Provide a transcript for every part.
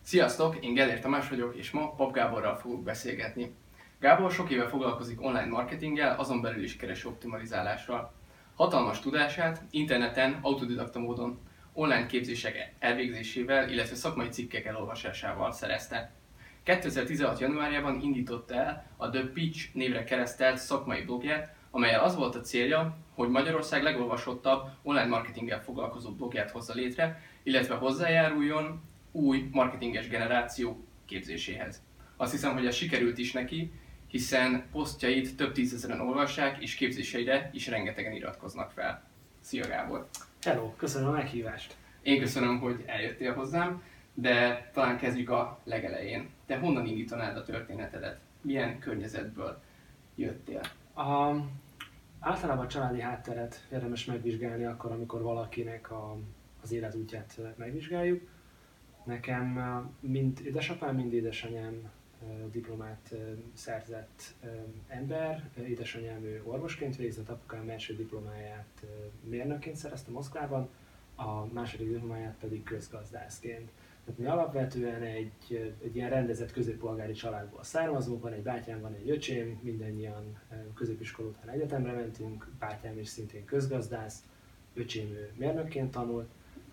Sziasztok, én Gellér Tamás vagyok, és ma Pap Gáborral fogok beszélgetni. Gábor sok éve foglalkozik online marketinggel, azon belül is kereső optimalizálással. Hatalmas tudását interneten, autodidakta módon, online képzések elvégzésével, illetve szakmai cikkek elolvasásával szerezte. 2016. januárjában indította el a The Pitch névre keresztelt szakmai blogját, amellyel az volt a célja, hogy Magyarország legolvasottabb online marketinggel foglalkozó blogját hozza létre, illetve hozzájáruljon új marketinges generáció képzéséhez. Azt hiszem, hogy ez sikerült is neki, hiszen posztjait több tízezeren olvassák, és képzéseire is rengetegen iratkoznak fel. Szia Gábor! Hello, köszönöm a meghívást! Én köszönöm, hogy eljöttél hozzám, de talán kezdjük a legelején. Te honnan indítanád a történetedet? Milyen környezetből jöttél? Általában a családi hátteret érdemes megvizsgálni akkor, amikor valakinek az életútját megvizsgáljuk. Nekem mind édesapám, mind édesanyám diplomát szerzett ember. Édesanyám ő orvosként végzett, apukám első diplomáját mérnökként szerezte Moszkvában, a második diplomáját pedig közgazdászként. Tehát mi alapvetően egy ilyen rendezett középpolgári családból származunk, van egy bátyám, van egy öcsém, mindannyian középiskola után egyetemre mentünk, bátyám is szintén közgazdász, öcsém ő mérnökként tanult,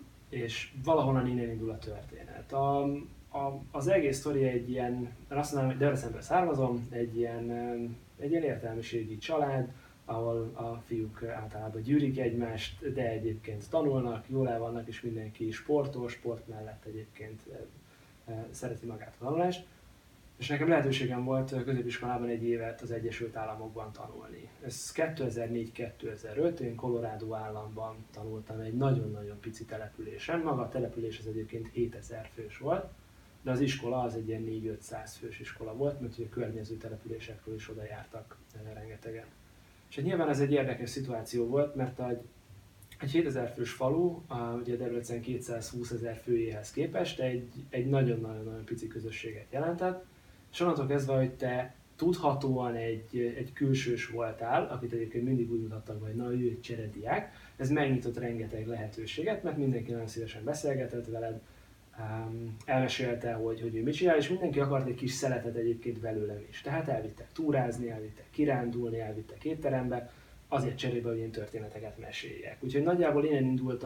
és valahonnan innen indul a történet. Az egész sztori egy ilyen, azt mondanám, hogy Debrecenből származom, egy ilyen értelmiségi család, ahol a fiúk általában gyűrik egymást, de egyébként tanulnak, jól el vannak, és mindenki sportol, sport mellett egyébként szereti magát a tanulást. És nekem lehetőségem volt középiskolában egy évet az Egyesült Államokban tanulni. Ez 2004-2005, én Colorado államban tanultam egy nagyon-nagyon pici településen. Maga a település az egyébként 7000 fős volt, de az iskola az egy ilyen 4-500 fős iskola volt, mert ugye a környező településekről is oda jártak rengetegen. És nyilván ez egy érdekes szituáció volt, mert egy 7000 fős falu, ugye Debrecen 220 000 főjéhez képest egy nagyon-nagyon pici közösséget jelentett, és onnantól kezdve, hogy te tudhatóan egy külsős voltál, akit egyébként mindig úgy mutattak, hogy na, ő egy cserediák, ez megnyitott rengeteg lehetőséget, mert mindenki nagyon szívesen beszélgetett veled, elmesélte, hogy ő mit csinál, és mindenki akart egy kis szeletet egyébként belőlem is. Tehát elvittek túrázni, elvittek kirándulni, elvittek étterembe, azért cserébe, hogy én történeteket meséljek. Úgyhogy nagyjából innen indult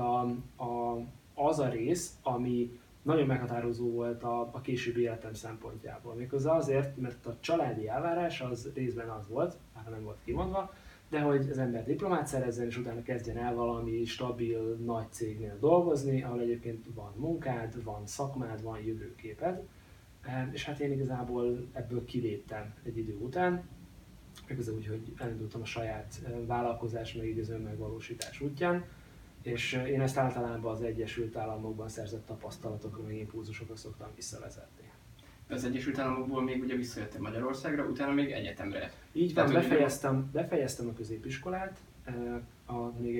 az a rész, ami nagyon meghatározó volt a későbbi életem szempontjából. Méghozzá azért, mert a családi elvárás az részben az volt, már nem volt kimondva, de hogy az ember diplomát szerezzen, és utána kezdjen el valami stabil, nagy cégnél dolgozni, ahol egyébként van munkád, van szakmád, van jövőképed. És hát én igazából ebből kiléptem egy idő után, méghozzá úgy, hogy elindultam a saját vállalkozás, meg így az önmegvalósítás útján, és én ezt általában az Egyesült Államokban szerzett tapasztalatokra, meg impulzusokra szoktam visszavezetni. De az Egyesült Államokból még ugye visszajöttél Magyarországra, utána még egyetemre. Így van, befejeztem a középiskolát, még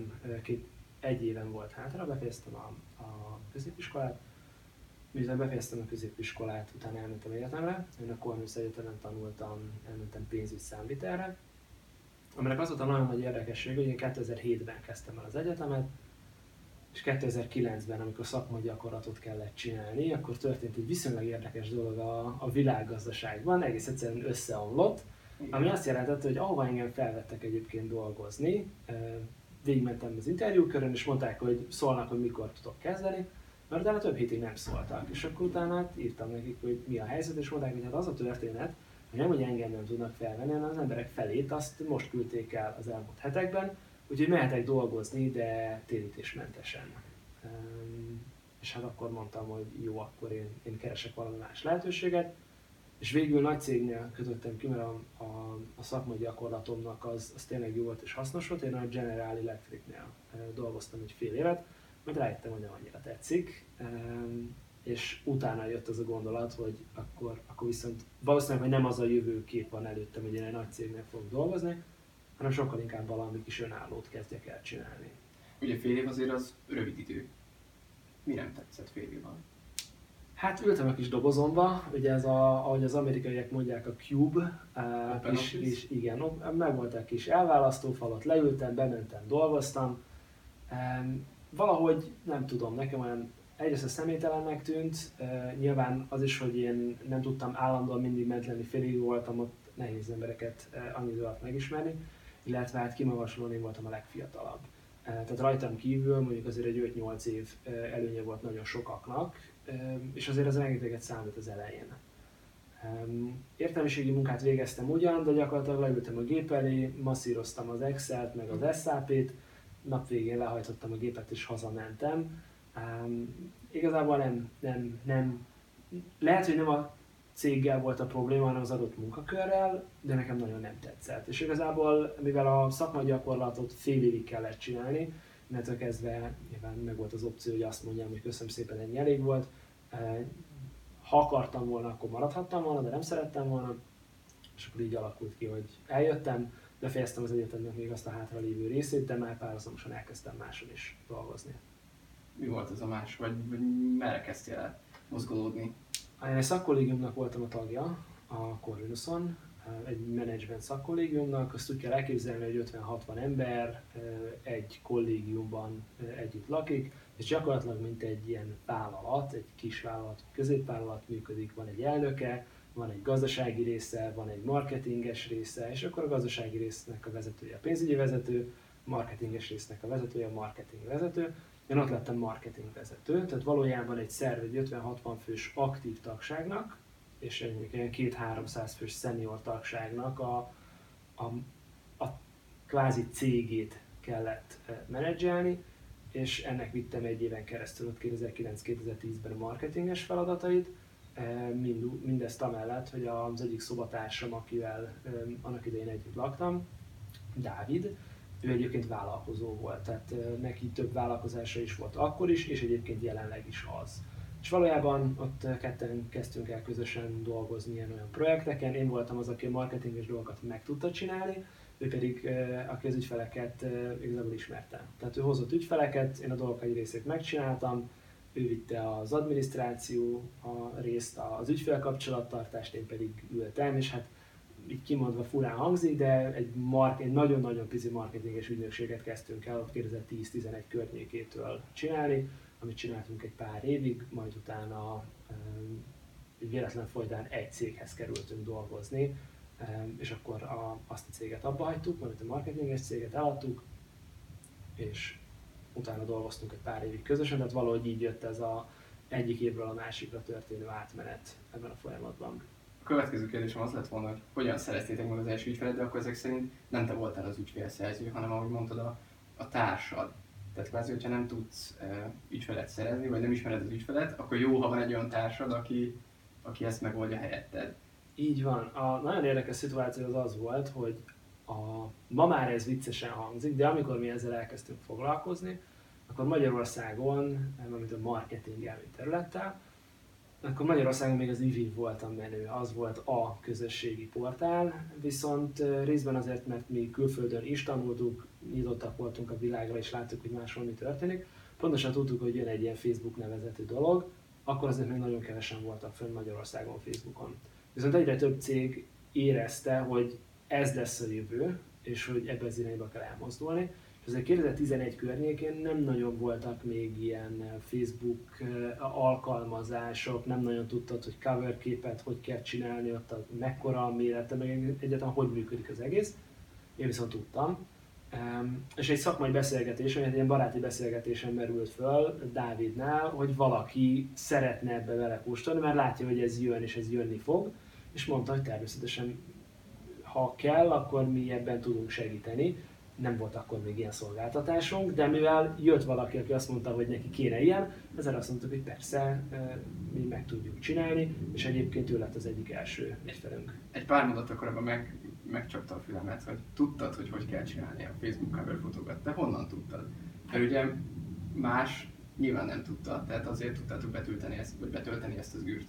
egy évem volt hátra, befejeztem a középiskolát, miután befejeztem a középiskolát, utána elmentem egyetemre, én a Cornus Egyetemen tanultam, elmentem pénzügy számvitelre, aminek az volt a nagyon nagy érdekesség, hogy én 2007-ben kezdtem el az egyetemet, és 2009-ben, amikor szakmai gyakorlatot kellett csinálni, akkor történt egy viszonylag érdekes dolog a világgazdaságban, egész egyszerűen összeomlott, ami azt jelentette, hogy ahova engem felvettek egyébként dolgozni, végigmentem az interjúkörön, és mondták, hogy szólnak, hogy mikor tudok kezdeni, mert utána több hétig nem szóltak, és akkor utána írtam nekik, hogy mi a helyzet, és mondták, hogy hát az a történet, hogy nem, hogy engem nem tudnak felvenni, hanem az emberek felét azt most küldték el az elmúlt hetekben, úgyhogy mehetek dolgozni, de térítésmentesen. És hát akkor mondtam, hogy jó, akkor én keresek valami más lehetőséget, és végül nagy cégnél kötöttem ki, mert a szakmai gyakorlatomnak az tényleg jó volt és hasznos volt. Én a General Electricnél dolgoztam egy fél évet, majd rájöttem, hogy nem annyira tetszik, és utána jött az a gondolat, hogy akkor viszont valószínűleg, hogy nem az a jövőkép van előttem, hogy én egy nagy cégnél fogok dolgozni, hanem sokkal inkább valami kis önállót kezdjek el csinálni. Ugye fél év azért az rövid idő. Mi nem tetszett fél év alatt? Hát ültem a kis dobozomba, ugye ez ahogy az amerikaiak mondják, a Cube, és igen, meg volt egy kis elválasztófalat, leültem, bementem, dolgoztam. Valahogy nem tudom, nekem olyan egyrészt a személytelennek tűnt, nyilván az is, hogy én nem tudtam állandóan mindig ment lenni, félig voltam ott, nehéz embereket annyi idő alatt megismerni, illetve hát kimagaslóan én voltam a legfiatalabb. Tehát rajtam kívül mondjuk azért egy 5-8 év előnye volt nagyon sokaknak, és azért az rengeteget számít az elején. Értelmiségi munkát végeztem ugyan, de gyakorlatilag leültem a gép elé, masszíroztam az Excel-t, meg az SAP-t, nap végén lehajtottam a gépet és hazamentem. Igazából nem, lehet, hogy nem a céggel volt a probléma, hanem az adott munkakörrel, de nekem nagyon nem tetszett. És igazából, mivel a szakmai gyakorlatot fél évig kellett csinálni, innentől kezdve nyilván meg volt az opció, hogy azt mondjam, hogy köszönöm szépen, ennyi elég volt. Ha akartam volna, akkor maradhattam volna, de nem szerettem volna, és akkor így alakult ki, hogy eljöttem, befejeztem az egyetemnek még azt a hátralévő részét, de már párhuzamosan elkezdtem máson is dolgozni. Mi volt az a más, vagy merre kezdtél el mozgolódni? Én egy szakkollégiumnak voltam a tagja, a Corvinuson, egy menedzsment szakkollégiumnak, azt úgy kell elképzelni, hogy 50-60 ember egy kollégiumban együtt lakik, és gyakorlatilag mint egy ilyen vállalat, egy kis vállalat, középvállalat működik, van egy elnöke, van egy gazdasági része, van egy marketinges része, és akkor a gazdasági résznek a vezetője a pénzügyi vezető, a marketinges résznek a vezetője a marketing vezető. Én ott lettem marketing vezető, tehát valójában egy szerv egy 50-60 fős aktív tagságnak, és egy ilyen 200-300 fős senior tagságnak a kvázi cégét kellett menedzselni, és ennek vittem egy éven keresztül ott 2009-2010-ben a marketinges feladatait, mindezt amellett, hogy az egyik szobatársam, akivel annak idején együtt laktam, Dávid, ő egyébként vállalkozó volt, tehát neki több vállalkozása is volt akkor is, és egyébként jelenleg is az. És valójában ott ketten kezdtünk el közösen dolgozni ilyen-olyan projekteken, én voltam az, aki a marketinges dolgokat meg tudta csinálni, ő pedig aki az ügyfeleket igazából ismerte. Tehát ő hozott ügyfeleket, én a dolgok egy részét megcsináltam, ő vitte az adminisztráció a részt, az ügyfélkapcsolattartást, én pedig ültem, és hát így kimondva furán hangzik, de egy nagyon-nagyon pici marketinges ügynökséget kezdtünk el ott 2010-11 környékétől csinálni, amit csináltunk egy pár évig, majd utána egy véletlen folytán egy céghez kerültünk dolgozni, és akkor azt a céget abba hagytuk, majd a marketinges céget eladtuk, és utána dolgoztunk egy pár évig közösen, tehát valahogy így jött ez az egyik évről a másikra történő átmenet ebben a folyamatban. A következő kérdésem az lett volna, hogy hogyan szereztétek meg az első ügyfelet, de akkor ezek szerint nem te voltál az ügyfélszerző, hanem ahogy mondtad a társad. Tehát kvázi, hogyha nem tudsz ügyfelet szerezni, vagy nem ismered az ügyfelet, akkor jó, ha van egy olyan társad, aki ezt megoldja helyetted. Így van. A nagyon érdekes szituáció az volt, hogy ma már ez viccesen hangzik, de amikor mi ezzel elkezdtünk foglalkozni, akkor Magyarországon, mármint a marketing elmi területtel, akkor Magyarországon még az IVIV volt a menő, az volt a közösségi portál, viszont részben azért, mert mi külföldön is tanultuk, nyitottak voltunk a világra és láttuk, hogy máshol mi történik, pontosan tudtuk, hogy jön egy ilyen Facebook nevezetű dolog, akkor azért még nagyon kevesen voltak fönn Magyarországon Facebookon. Viszont egyre több cég érezte, hogy ez lesz a jövő, és hogy ebbe az irányba kell elmozdulni. És azért 2011 környékén nem nagyon voltak még ilyen Facebook alkalmazások, nem nagyon tudtad, hogy cover képet hogy kell csinálni, ott a mekkora a mérete, meg egyáltalán hogy működik az egész. Én viszont tudtam. És egy szakmai beszélgetés, egy ilyen baráti beszélgetésen merült föl Dávidnál, hogy valaki szeretne ebbe belekóstolni, mert látja, hogy ez jön és ez jönni fog, és mondta, hogy természetesen ha kell, akkor mi ebben tudunk segíteni. Nem volt akkor még ilyen szolgáltatásunk, de mivel jött valaki, aki azt mondta, hogy neki kéne ilyen, ezzel azt mondtuk, hogy persze, mi meg tudjuk csinálni, és egyébként ő lett az egyik első ügyfelünk. Egy pár mondat korábban megcsapta a fülemet, hogy tudtad, hogy kell csinálni a Facebook cover fotókat. Te honnan tudtad? Mert ugye más nyilván nem tudta, tehát azért tudtátok betölteni ezt az űrt.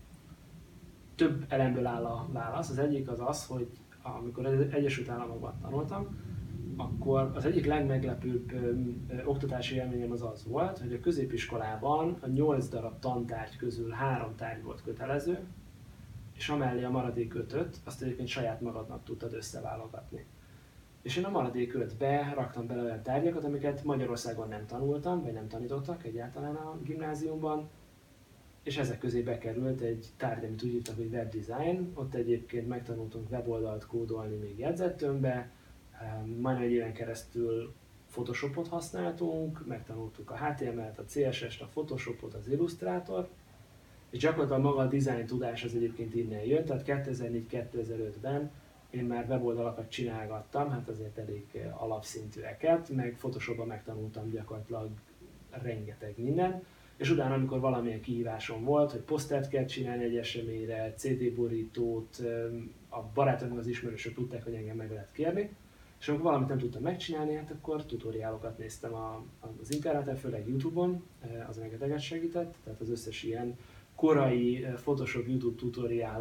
Több elemből áll a válasz. Az egyik az, hogy amikor az Egyesült Államokban tanultam, akkor az egyik legmeglepőbb oktatási élményem az volt, hogy a középiskolában a 8 darab tantárgy közül 3 tárgy volt kötelező, és amellé a maradék 5-öt, azt egyébként saját magadnak tudtad összeválogatni. És én a maradék 5-be raktam bele olyan tárgyakat, amiket Magyarországon nem tanultam, vagy nem tanítottak egyáltalán a gimnáziumban, és ezek közé bekerült egy tárgy, amit úgy hívtak, hogy webdesign. Ott egyébként megtanultunk weboldalt kódolni még jegyzettömbbe, majdnem egy éven keresztül Photoshopot használtunk, megtanultuk a HTML-t, a CSS-t, a Photoshopot, az Illustrator, és gyakorlatilag maga a design tudás az egyébként innen jött, tehát 2004-2005-ben én már weboldalakat csinálgattam, hát azért elég alapszintűeket, meg Photoshopban megtanultam gyakorlatilag rengeteg minden, és utána, amikor valamilyen kihívásom volt, hogy posztert kell csinálni egy eseményre, CD borítót, a barátom, az ismerősök tudták, hogy engem meg lehet kérni, és amikor valamit nem tudtam megcsinálni, hát akkor tutoriálokat néztem az interneten, főleg YouTube-on, az rengeteget segített, tehát az összes ilyen korai Photoshop YouTube tutoriál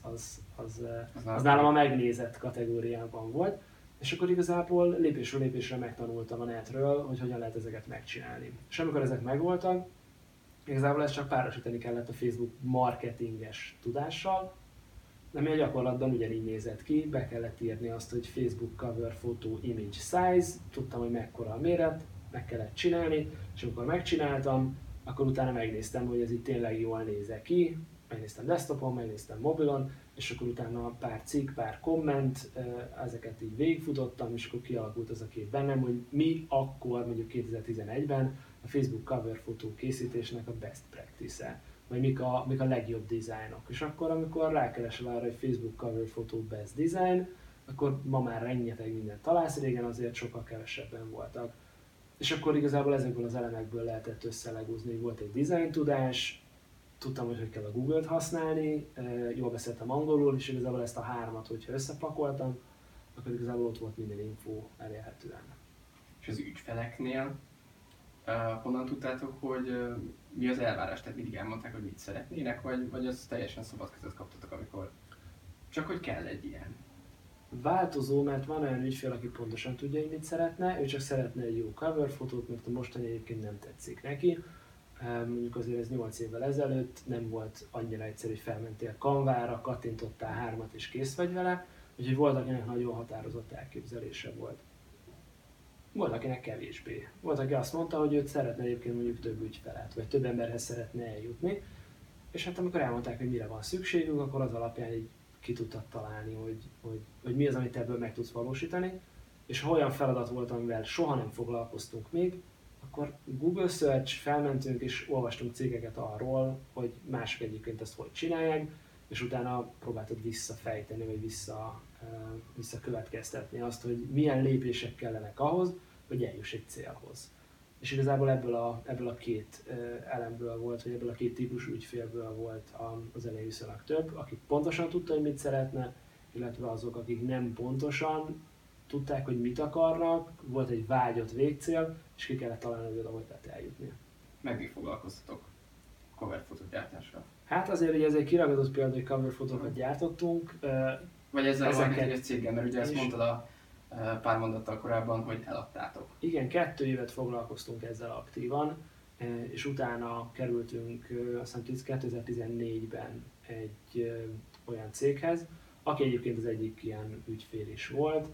az nálam a megnézett kategóriában volt, és akkor igazából lépésről lépésre megtanultam a netről, hogy hogyan lehet ezeket megcsinálni. És amikor ezek megvoltak, igazából ezt csak párosítani kellett a Facebook marketinges tudással, ami a gyakorlatban ugyanígy nézett ki, be kellett írni azt, hogy Facebook cover photo image size, tudtam, hogy mekkora a méret, meg kellett csinálni, és amikor megcsináltam, akkor utána megnéztem, hogy ez itt tényleg jól néz ki, megnéztem desktopon, megnéztem mobilon, és akkor utána pár cikk, pár komment, ezeket így végigfutottam, és akkor kialakult az a kép bennem, hogy mi akkor, mondjuk 2011-ben a Facebook cover fotó készítésnek a best practice-e, vagy mik a legjobb dizájnok. És akkor, amikor rákeresel arra, hogy Facebook cover photo best design, akkor ma már rengeteg mindent találsz, régen azért sokkal kevesebben voltak. És akkor igazából ezekből az elemekből lehetett összelegúzni, volt egy design tudás, tudtam, hogy kell a Google-t használni, jól beszéltem angolul, és igazából ezt a hármat, hogyha összepakoltam, akkor igazából ott volt minden info elérhetően. És az ügyfeleknél honnan tudtátok, hogy mi az elvárás? Tehát mindig elmondták, hogy mit szeretnének, vagy az teljesen szabad kezet kaptatok, amikor csak hogy kell egy ilyen? Változó, mert van olyan ügyfél, aki pontosan tudja, hogy mit szeretne, ő csak szeretne egy jó cover fotót, mert a mostani egyébként nem tetszik neki. Mondjuk azért ez 8 évvel ezelőtt nem volt annyira egyszerű, hogy felmentél Canvára, kattintottál 3-at és kész vagy vele, úgyhogy volt, akinek nagyon határozott elképzelése volt. Volt, akinek kevésbé. Volt, aki azt mondta, hogy őt szeretne egyébként mondjuk több ügyfelet, vagy több emberhez szeretne eljutni, és hát amikor elmondták, hogy mire van szükségünk, akkor az alapján így ki tudtad találni, hogy mi az, amit ebből meg tudsz valósítani, és ha olyan feladat volt, amivel soha nem foglalkoztunk még, akkor Google Search, felmentünk és olvastunk cikkeket arról, hogy mások egyébként ezt hogy csinálják, és utána próbáltad visszafejteni, vagy visszakövetkeztetni azt, hogy milyen lépések kellenek ahhoz, hogy eljuss egy célhoz. És igazából ebből a két elemből volt, vagy ebből a két típusú ügyfélből volt az elején viszonylag több, akik pontosan tudta, hogy mit szeretne, illetve azok, akik nem pontosan tudták, hogy mit akarnak, volt egy vágyott végcél, és ki kellett találni, hogy oda hogy lehet eljutni. Meddig foglalkoztatok cover fotógyártással? Hát azért ugye ez egy kiragadott példa, hogy cover fotókat gyártottunk. Vagy ezzel a marketinges céggel, mert ugye ezt mondtad a pár mondattal korábban, hogy eladtátok. Igen, 2 évet foglalkoztunk ezzel aktívan, és utána kerültünk azt hiszem 2014-ben egy olyan céghez, aki egyébként az egyik ilyen ügyfél is volt,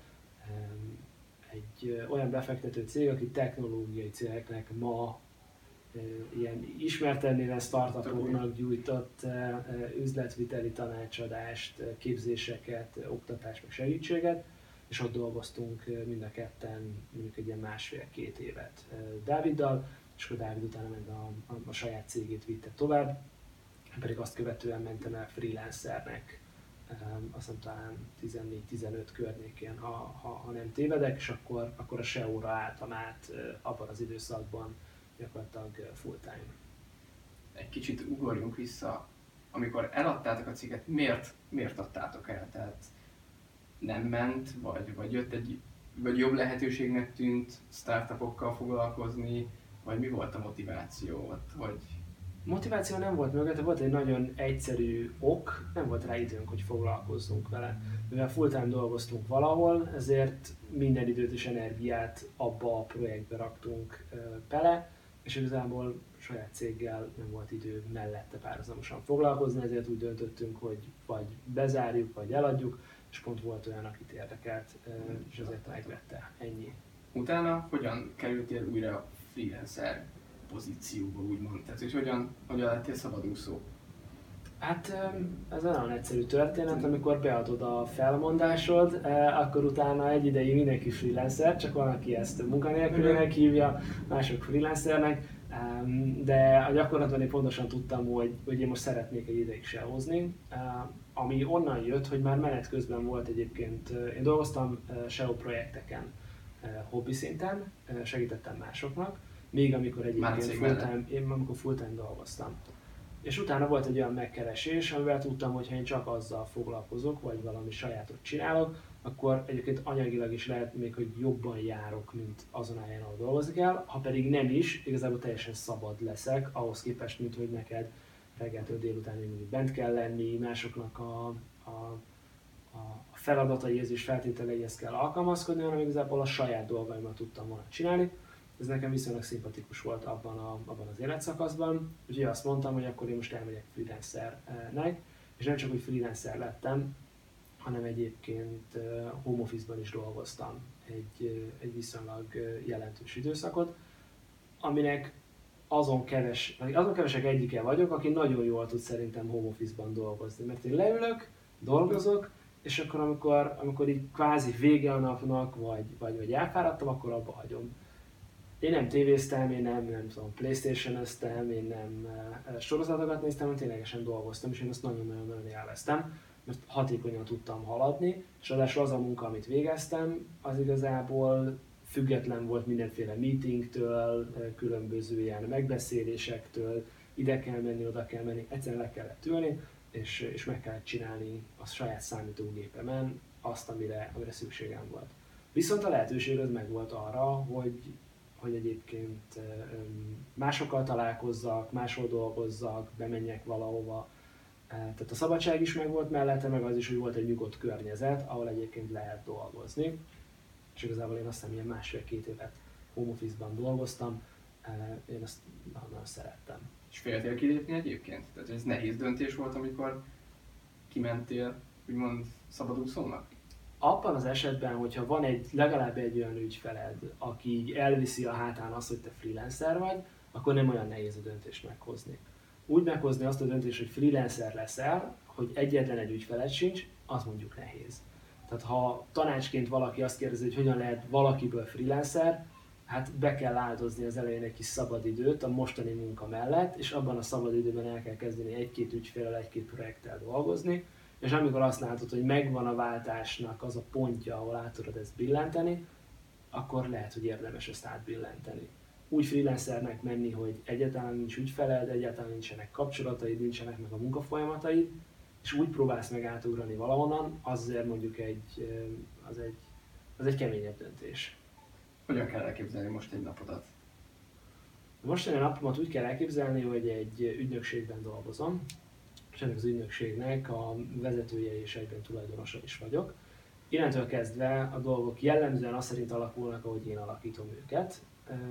egy olyan befektető cég, aki technológiai cégeknek ma ilyen ismertebb néven startupoknak gyújtott üzletviteli tanácsadást, képzéseket, oktatást, meg segítséget, és ott dolgoztunk mind a ketten mondjuk egy ilyen 1,5-2 évet Dáviddal, és akkor Dávid utána ment a saját cégét vitte tovább, pedig azt követően mentem el freelancernek, azt hiszem talán 14-15 környékén, ha nem tévedek, és akkor a SEO-ra álltam át abban az időszakban gyakorlatilag full time. Egy kicsit ugorjunk vissza, amikor eladtátok a céget, miért adtátok el? Tehát nem ment, vagy jött vagy jobb lehetőségnek tűnt startupokkal foglalkozni, vagy mi volt a motiváció? Motiváció nem volt mögötte, volt egy nagyon egyszerű ok, nem volt rá időnk, hogy foglalkozzunk vele. Mivel full-time dolgoztunk valahol, ezért minden időt és energiát abba a projektbe raktunk bele, és igazából saját céggel nem volt idő mellette párhuzamosan foglalkozni, ezért úgy döntöttünk, hogy vagy bezárjuk, vagy eladjuk, és pont volt olyan, akit érdekelt, és azért megvette. Ennyi. Utána hogyan kerültél újra freelancer pozícióba, úgymond? Tehát, hogy hogyan lettél szabadúszó? Hát ez olyan egyszerű történet, amikor beadod a felmondásod, akkor utána egy ideig mindenki freelancer, csak van, aki ezt munkanélkülinek hívja, mások freelancernek, de a gyakorlatban én pontosan tudtam, hogy én most szeretnék egy ideig sehozni, ami onnan jött, hogy már menet közben volt egyébként, én dolgoztam SEO projekteken hobbi szinten, segítettem másoknak, még amikor amikor full-time dolgoztam. És utána volt egy olyan megkeresés, amivel tudtam, hogy ha én csak azzal foglalkozok, vagy valami sajátot csinálok, akkor egyébként anyagilag is lehet még, hogy jobban járok, mint azon a helyen, ahol dolgozni kell. Ha pedig nem is, igazából teljesen szabad leszek, ahhoz képest, mint hogy neked reggeltől délutánig mindig bent kell lenni, másoknak a feladataihoz és feltételeihez kell alkalmazkodni, hanem igazából a saját dolgaimat tudtam volna csinálni. Ez nekem viszonylag szimpatikus volt abban az életszakaszban, úgyhogy azt mondtam, hogy akkor én most elmegyek freelancernek, és nem csak, hogy freelancer lettem, hanem egyébként home office-ban is dolgoztam egy viszonylag jelentős időszakot, aminek azon kevesek egyike vagyok, aki nagyon jól tud szerintem home office-ban dolgozni, mert én leülök, dolgozok, és akkor amikor így kvázi vége a napnak, vagy elfáradtam, akkor abba hagyom. Én nem tévéztem, én nem tudom, PlayStation-eztem, én nem sorozatokat néztem, hanem ténylegesen dolgoztam, és én ezt nagyon-nagyon élveztem, mert hatékonyan tudtam haladni, és ráadásul az a munka, amit végeztem, az igazából független volt mindenféle meetingtől, különböző ilyen megbeszélésektől, ide kell menni, oda kell menni, egyszerűen le kellett ülni, és meg kellett csinálni a saját számítógépemen azt, amire szükségem volt. Viszont a lehetőség az megvolt arra, hogy egyébként másokkal találkozzak, máshol dolgozzak, bemenjek valahova. Tehát a szabadság is megvolt mellette, meg az is, hogy volt egy nyugodt környezet, ahol egyébként lehet dolgozni. És igazából én azt hiszem ilyen 1,5-2 évet home office-ban dolgoztam, én azt nagyon szerettem. És féltél kilépni egyébként? Tehát ez nehéz döntés volt, amikor kimentél, úgymond szabadúszónak? Abban az esetben, hogyha van legalább egy olyan ügyfeled, aki így elviszi a hátán azt, hogy te freelancer vagy, akkor nem olyan nehéz a döntést meghozni. Úgy meghozni azt a döntést, hogy freelancer leszel, hogy egyetlen egy ügyfeled sincs, az mondjuk nehéz. Tehát ha tanácsként valaki azt kérdezi, hogy hogyan lehet valakiből freelancer, hát be kell áldozni az elején egy kis szabadidőt a mostani munka mellett, és abban a szabadidőben el kell kezdeni egy-két ügyféllel, egy-két projekttel dolgozni, és amikor azt látod, hogy megvan a váltásnak az a pontja, ahol át tudod ezt billenteni, akkor lehet, hogy érdemes ezt átbillenteni. Úgy freelancernek menni, hogy egyáltalán nincs ügyfeled, egyáltalán nincsenek kapcsolataid, nincsenek meg a munkafolyamataid, és úgy próbálsz meg átugrani valahonnan, az azért mondjuk az egy keményebb döntés. Hogyan kell elképzelni most egy napodat? Mostani napomat úgy kell elképzelni, hogy egy ügynökségben dolgozom, és ennek az ügynökségnek a vezetője és egyben tulajdonosa is vagyok. Innentől kezdve a dolgok jellemzően azt szerint alakulnak, ahogy én alakítom őket.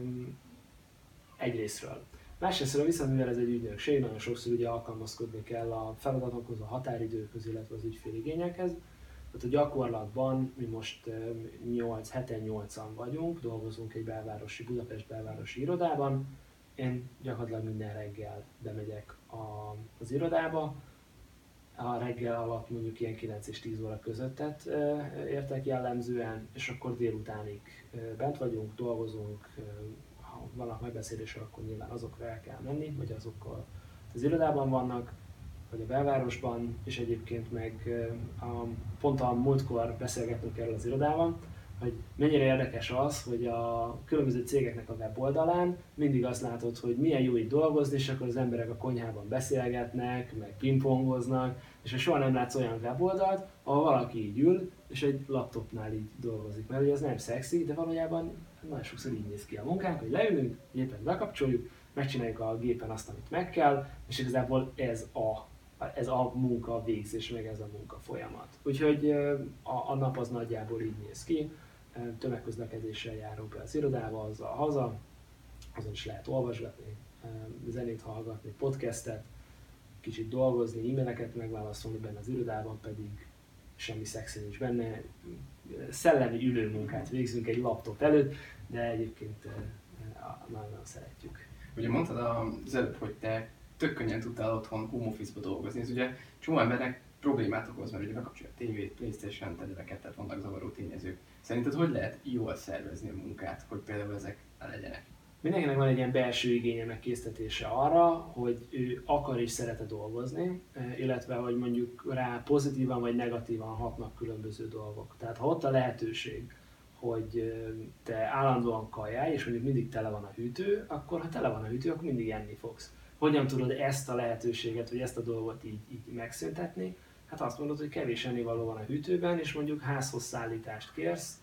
Egyrészről. Másrészről viszont, mivel ez egy ügynökség, nagyon sokszor ugye alkalmazkodni kell a feladatokhoz, a határidőkhöz, illetve az ügyféligényekhez. Tehát a gyakorlatban mi most 8-8-an vagyunk, dolgozunk egy Budapest belvárosi irodában. Én gyakorlatilag minden reggel bemegyek az irodába. A reggel alatt mondjuk ilyen 9 és 10 óra közöttet értek jellemzően, és akkor délutánig bent vagyunk, dolgozunk, ha vannak megbeszélések, akkor nyilván azokra el kell menni, vagy azokkal az irodában vannak, vagy a belvárosban, és egyébként meg pont a múltkor beszélgettünk erről az irodában, hogy mennyire érdekes az, hogy a különböző cégeknek a weboldalán mindig azt látod, hogy milyen jó itt dolgozni, és akkor az emberek a konyhában beszélgetnek, meg pingpongoznak, és soha nem látsz olyan weboldalt, ahol valaki így ül, és egy laptopnál így dolgozik. Mert ugye az nem szexi, de valójában nagyon sokszor így néz ki a munkánk, hogy leülünk, gépet bekapcsoljuk, megcsináljuk a gépen azt, amit meg kell, és igazából ez a munka végzés, meg ez a munka folyamat. Úgyhogy a nap az nagyjából így néz ki, tömegközlekedéssel járunk be az irodába, azzal haza, azon is lehet olvasgatni, zenét hallgatni, podcastet, kicsit dolgozni, e-maileket megválaszolni, benne az irodában pedig semmi szexi nincs benne, szellemi ülőmunkát végzünk egy laptop előtt, de egyébként nagyon szeretjük. Ugye mondtad az előbb, hogy te tök könnyen tudtál otthon home office-ba dolgozni. Ez ugye csomó embernek problémát okoz, mert ugye bekapcsolja a tévét, Playstation, televeket, tehát vannak zavaró tényezők. Szerinted hogy lehet jól szervezni a munkát, hogy például ezek ne legyenek? Mindenkinek van egy ilyen belső igénye, meg késztetése arra, hogy ő akar és szeret dolgozni, illetve hogy mondjuk rá pozitívan vagy negatívan hatnak különböző dolgok. Tehát ha ott a lehetőség, hogy te állandóan kajálj, és mondjuk mindig tele van a hűtő, akkor ha tele van a hűtő, akkor mindig enni fogsz. Hogyan tudod ezt a lehetőséget, vagy ezt a dolgot így megszüntetni? Hát azt mondod, hogy kevés ennivaló van a hűtőben, és mondjuk házhoz szállítást kérsz,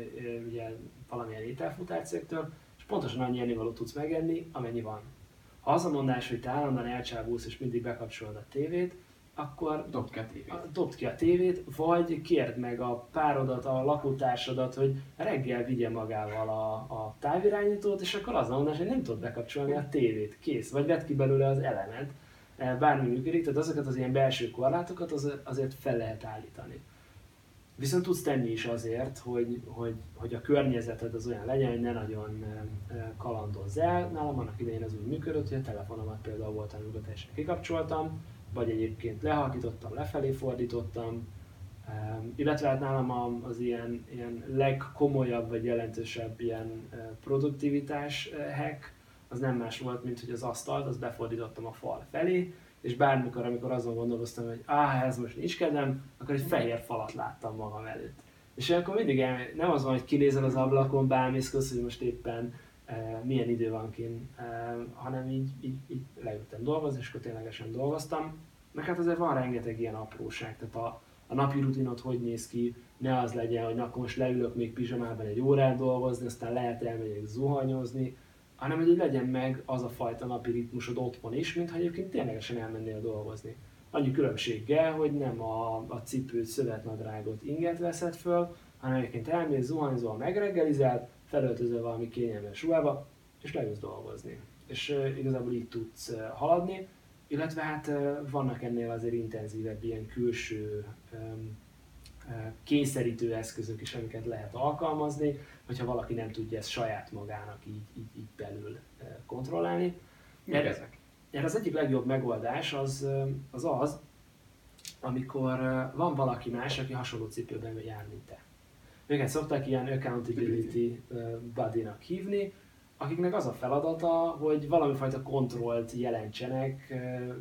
ugye valamilyen ételfutárcégtől, és pontosan annyi ennivalót tudsz megenni, amennyi van. Ha az a mondás, hogy te állandóan elcsábulsz és mindig bekapcsolod a tévét, akkor dobd ki a tévét, vagy kérd meg a párodat, a lakótársadat, hogy reggel vigye magával a távirányítót, és akkor az a mondás, hogy nem tudod bekapcsolni a tévét, kész, vagy vedd ki belőle az elemet, bármi működik, tehát azokat az ilyen belső korlátokat azért fel lehet állítani. Viszont tudsz tenni is azért, hogy a környezeted az olyan legyen, hogy ne nagyon kalandozz el. Nálam annak idején az úgy működött, hogy a telefonomat például volt, amikor teljesen kikapcsoltam, vagy egyébként lehalkítottam, lefelé fordítottam, illetve hát nálam az ilyen legkomolyabb vagy jelentősebb ilyen produktivitás hack, az nem más volt, mint hogy az asztalt, azt befordítottam a fal felé, és bármikor, amikor azon gondolkoztam, hogy ez most nincs kedvem, akkor egy fehér falat láttam magam előtt. És akkor mindig nem az van, hogy kinézel az ablakon, bámészkodsz, hogy most éppen milyen idő van kint, hanem így leültem dolgozni, és akkor ténylegesen dolgoztam. Meg hát azért van rengeteg ilyen apróság, tehát a napi rutinod hogy néz ki, ne az legyen, hogy akkor most leülök még pizsamában egy órát dolgozni, aztán lehet elmegyek zuhanyozni, hanem hogy így legyen meg az a fajta napi ritmusod otthon is, mintha egyébként ténylegesen elmennél dolgozni. Annyi különbséggel, hogy nem a cipőt, szövetnadrágot, inget veszed föl, hanem egyébként elmész, zuhanyzol, megreggelizel, felöltözöl valami kényelmes ruhába, és leülsz dolgozni. És igazából így tudsz haladni, illetve hát vannak ennél azért intenzívebb ilyen külső kényszerítő eszközök is, amiket lehet alkalmazni, hogyha valaki nem tudja ezt saját magának így belül kontrollálni. Ezek? Erre az egyik legjobb megoldás az, amikor van valaki más, aki hasonló cipőben jár, mint te. Őket szokták ilyen accountability buddy-nak hívni, akiknek az a feladata, hogy valami fajta kontrollt jelentsenek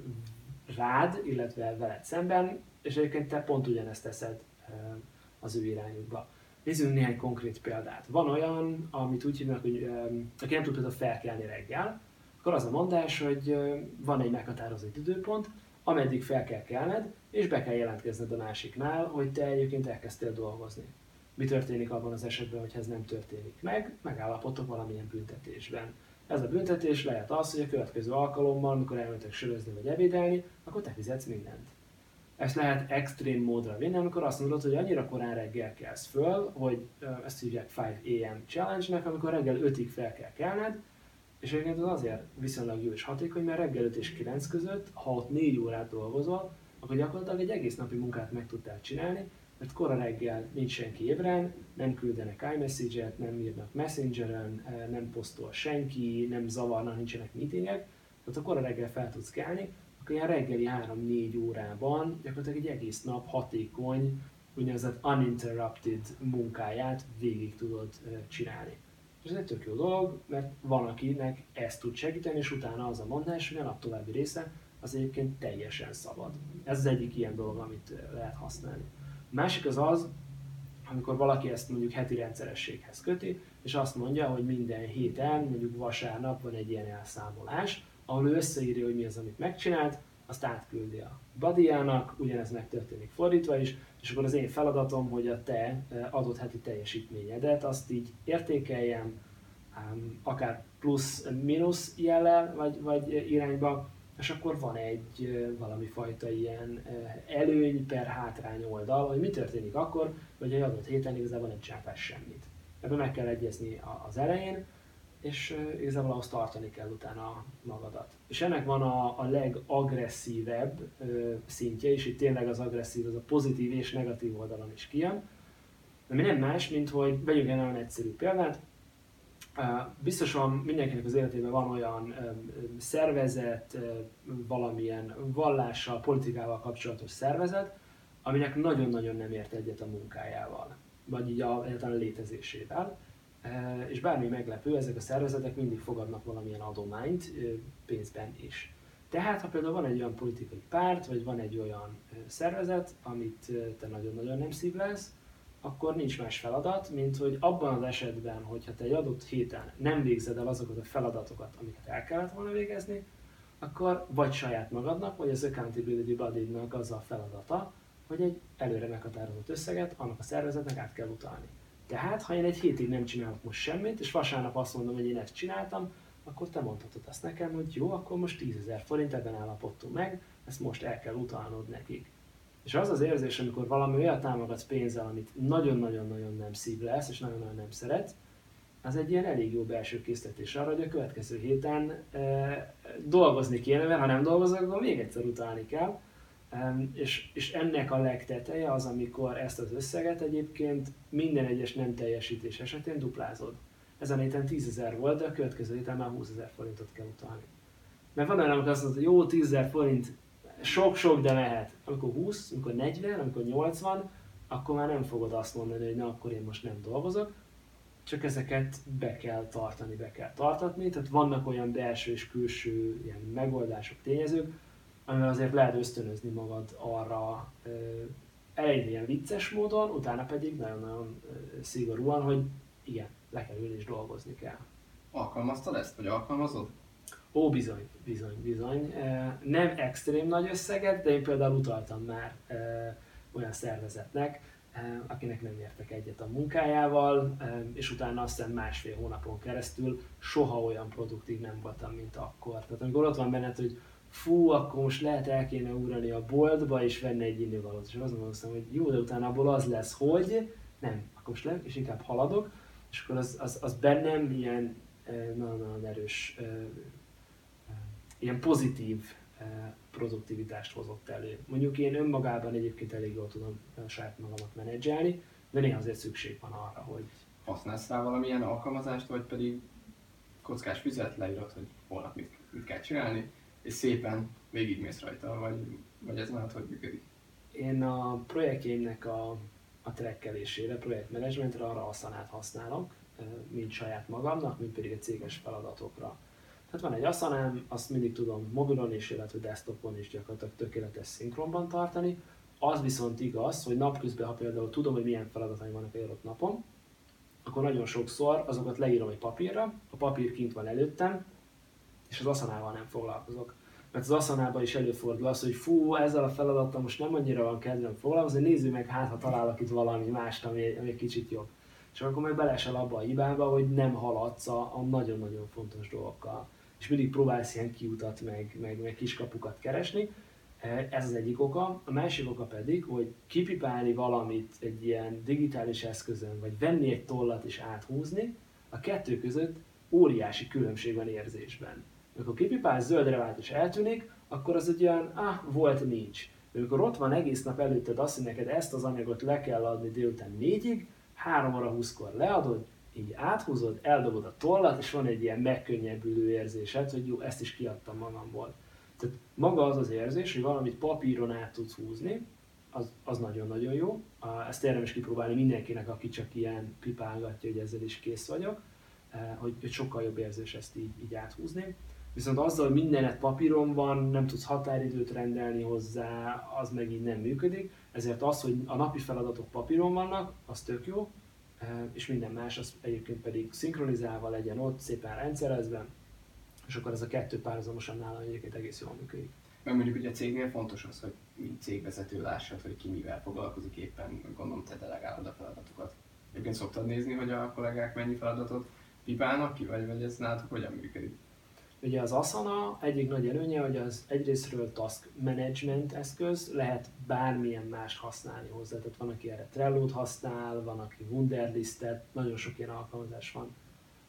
rád, illetve veled szemben, és egyébként te pont ugyanezt teszed az ő irányukba. Nézzünk néhány konkrét példát. Van olyan, amit úgy hívnak, hogy aki nem tud például felkelni reggel, akkor az a mondás, hogy van egy meghatározott időpont, ameddig fel kell kelned, és be kell jelentkezned a másiknál, hogy te egyébként elkezdtél dolgozni. Mi történik abban az esetben, hogyha ez nem történik meg? Megállapodtok valamilyen büntetésben. Ez a büntetés lehet az, hogy a következő alkalommal, amikor elmentek sörözni vagy ebédelni, akkor te fizetsz mindent. Ezt lehet extrém módra vinni, amikor azt mondod, hogy annyira korán reggel kelsz föl, hogy ezt hívják 5 AM challenge-nek, amikor reggel 5-ig fel kell kelned, és egyébként az azért viszonylag jó és hatékony, mert reggel 5 és 9 között, ha ott 4 órát dolgozol, akkor gyakorlatilag egy egész napi munkát meg tudtál csinálni, mert kora reggel nincs senki ébren, nem küldenek iMessage-et, nem írnak Messengeren, nem posztol senki, nem zavarnak, nincsenek meetingek, tehát a kora reggel fel tudsz kelni, akkor ilyen reggeli 3-4 órában gyakorlatilag egy egész nap hatékony, úgynevezett uninterrupted munkáját végig tudod csinálni. És ez egy tök jó dolog, mert van, akinek ezt tud segíteni, és utána az a mondás, hogy a nap további része az egyébként teljesen szabad. Ez az egyik ilyen dolog, amit lehet használni. A másik az, amikor valaki ezt mondjuk heti rendszerességhez köti, és azt mondja, hogy minden héten, mondjuk vasárnap van egy ilyen elszámolás, ahol ő összeírja, hogy mi az, amit megcsinált, azt átküldi a buddyjának, ugyanez megtörténik fordítva is, és akkor az én feladatom, hogy a te adott heti teljesítményedet azt így értékeljem, akár plusz-minusz jellel vagy irányba, és akkor van egy valami fajta ilyen előny per hátrány oldal, hogy mi történik akkor, hogy egy adott héten igazából nem csináltál semmit. Ebben meg kell egyezni az elején, és igazából ahhoz tartani kell utána magadat. És ennek van a legagresszívebb szintje, és itt tényleg az agresszív, az a pozitív és negatív oldalon is kijön, ami nem más, mint hogy vegyünk egy nagyon egyszerű példát. Biztosan mindenkinek az életében van olyan szervezet, valamilyen vallással, politikával kapcsolatos szervezet, aminek nagyon-nagyon nem ért egyet a munkájával, vagy így egyáltalán a létezésével. És bármi meglepő, ezek a szervezetek mindig fogadnak valamilyen adományt, pénzben is. Tehát, ha például van egy olyan politikai párt, vagy van egy olyan szervezet, amit te nagyon-nagyon nem szívlelsz, akkor nincs más feladat, mint hogy abban az esetben, hogyha te egy adott héten nem végzed el azokat a feladatokat, amiket el kellett volna végezni, akkor vagy saját magadnak, vagy az accountability body-nak az a feladata, hogy egy előre meghatározott összeget annak a szervezetnek át kell utalni. Tehát, ha én egy hétig nem csinálok most semmit, és vasárnap azt mondom, hogy én ezt csináltam, akkor te mondhatod azt nekem, hogy jó, akkor most 10 000 forint, ebben állapodtunk meg, ezt most el kell utalnod nekik. És az az érzés, amikor valami olyan támogatsz pénzzel, amit nagyon-nagyon-nagyon nem szívlelsz, és nagyon-nagyon nem szeretsz, az egy ilyen elég jó belső késztetés arra, hogy a következő héten dolgozni kéne, mert ha nem dolgozok, akkor még egyszer utalni kell. És ennek a legteteje az, amikor ezt az összeget egyébként minden egyes nem teljesítés esetén duplázod. Ezen a héten 10 000 volt, de a következő héten már 20 000 forintot kell utalni. Mert van olyan, amikor azt mondod, hogy jó, 10 000 forint, sok-sok, de mehet. Amikor 20, amikor 40, amikor 80, akkor már nem fogod azt mondani, hogy na, akkor én most nem dolgozok, csak ezeket be kell tartani, be kell tartatni. Tehát vannak olyan belső és külső ilyen megoldások, tényezők, amivel azért lehet ösztönözni magad arra elején ilyen vicces módon, utána pedig nagyon-nagyon szigorúan, hogy igen, le kell ülni és dolgozni kell. Alkalmaztad ezt, vagy alkalmazod? Ó, bizony. Nem extrém nagy összeget, de én például utaltam már olyan szervezetnek, akinek nem értek egyet a munkájával, és utána azt hiszem 1,5 hónapon keresztül soha olyan produktív nem voltam, mint akkor. Tehát amikor ott van benned, hogy fú, akkor most lehet el kéne ugrani a boltba és venni egy innivalót, és azt mondom, hogy jó, de utána abból az lesz, hogy nem, akkor most leülök és inkább haladok, és akkor az bennem ilyen nagyon-nagyon erős ilyen pozitív produktivitást hozott elő. Mondjuk én önmagában egyébként elég jól tudom saját magamat menedzselni, de néha azért szükség van arra, hogy... Használsz rá valamilyen alkalmazást, vagy pedig kockás füzet, leírod, hogy holnap mit kell csinálni, és szépen végigmész rajta, vagy ez már hogy működik? Én a projektjeimnek a trackelésére, projektmenedzsmentre arra Asanát használok, mind saját magamnak, mind pedig a céges feladatokra. Tehát van egy Asanám, azt mindig tudom mobilon is, illetve desktopon is gyakorlatilag tökéletes szinkronban tartani. Az viszont igaz, hogy napközben, ha például tudom, hogy milyen feladataim vannak egy adott napon, akkor nagyon sokszor azokat leírom egy papírra, a papír kint van előttem, és az Asanával nem foglalkozok. Mert az Asanában is előfordul az, hogy fú, ezzel a feladattal most nem annyira van kedvem foglalkozni, nézzük meg, hát ha találok itt valami mást, ami egy kicsit jobb. És akkor meg belesel abba a hibába, hogy nem haladsz a nagyon-nagyon fontos dolgokkal. És mindig próbálsz ilyen kiutat, meg kiskapukat keresni. Ez az egyik oka. A másik oka pedig, hogy kipipálni valamit egy ilyen digitális eszközön, vagy venni egy tollat és áthúzni, a kettő között óriási különbség van érzésben. Amikor kipipálsz, zöldre vált és eltűnik, akkor az egy olyan, volt, nincs. De amikor ott van egész nap előtted azt, hogy neked ezt az anyagot le kell adni délután 4-ig, 3 óra 20-kor leadod, így áthúzod, eldobod a tollat, és van egy ilyen megkönnyebbülő érzésed, hogy jó, ezt is kiadtam magamból. Tehát maga az az érzés, hogy valamit papíron át tudsz húzni, az nagyon-nagyon jó. Ezt érdemes kipróbálni mindenkinek, aki csak ilyen pipálgatja, hogy ezzel is kész vagyok, hogy sokkal jobb érzés ezt így áthúzni. Viszont azzal, hogy mindenet papíron van, nem tudsz határidőt rendelni hozzá, az meg így nem működik. Ezért az, hogy a napi feladatok papíron vannak, az tök jó, és minden más, az egyébként pedig szinkronizálva legyen ott, szépen rendszerezve, és akkor ez a kettő párhuzamosan nálam egyébként egész jól működik. Meg mondjuk ugye a cégnél fontos az, hogy mint cégvezető lássad, hogy ki mivel foglalkozik éppen, gondolom te delegálod a feladatokat. Egyébként szoktad nézni, hogy a kollégák mennyi feladatot pipálnak ki, vagy ez nálatok hogyan működik? Ugye az Asana egyik nagy előnye, hogy az egyrésztről task management eszköz, lehet bármilyen mást használni hozzá. Tehát van, aki erre Trello-t használ, van, aki Wunderlistet, nagyon sok ilyen alkalmazás van.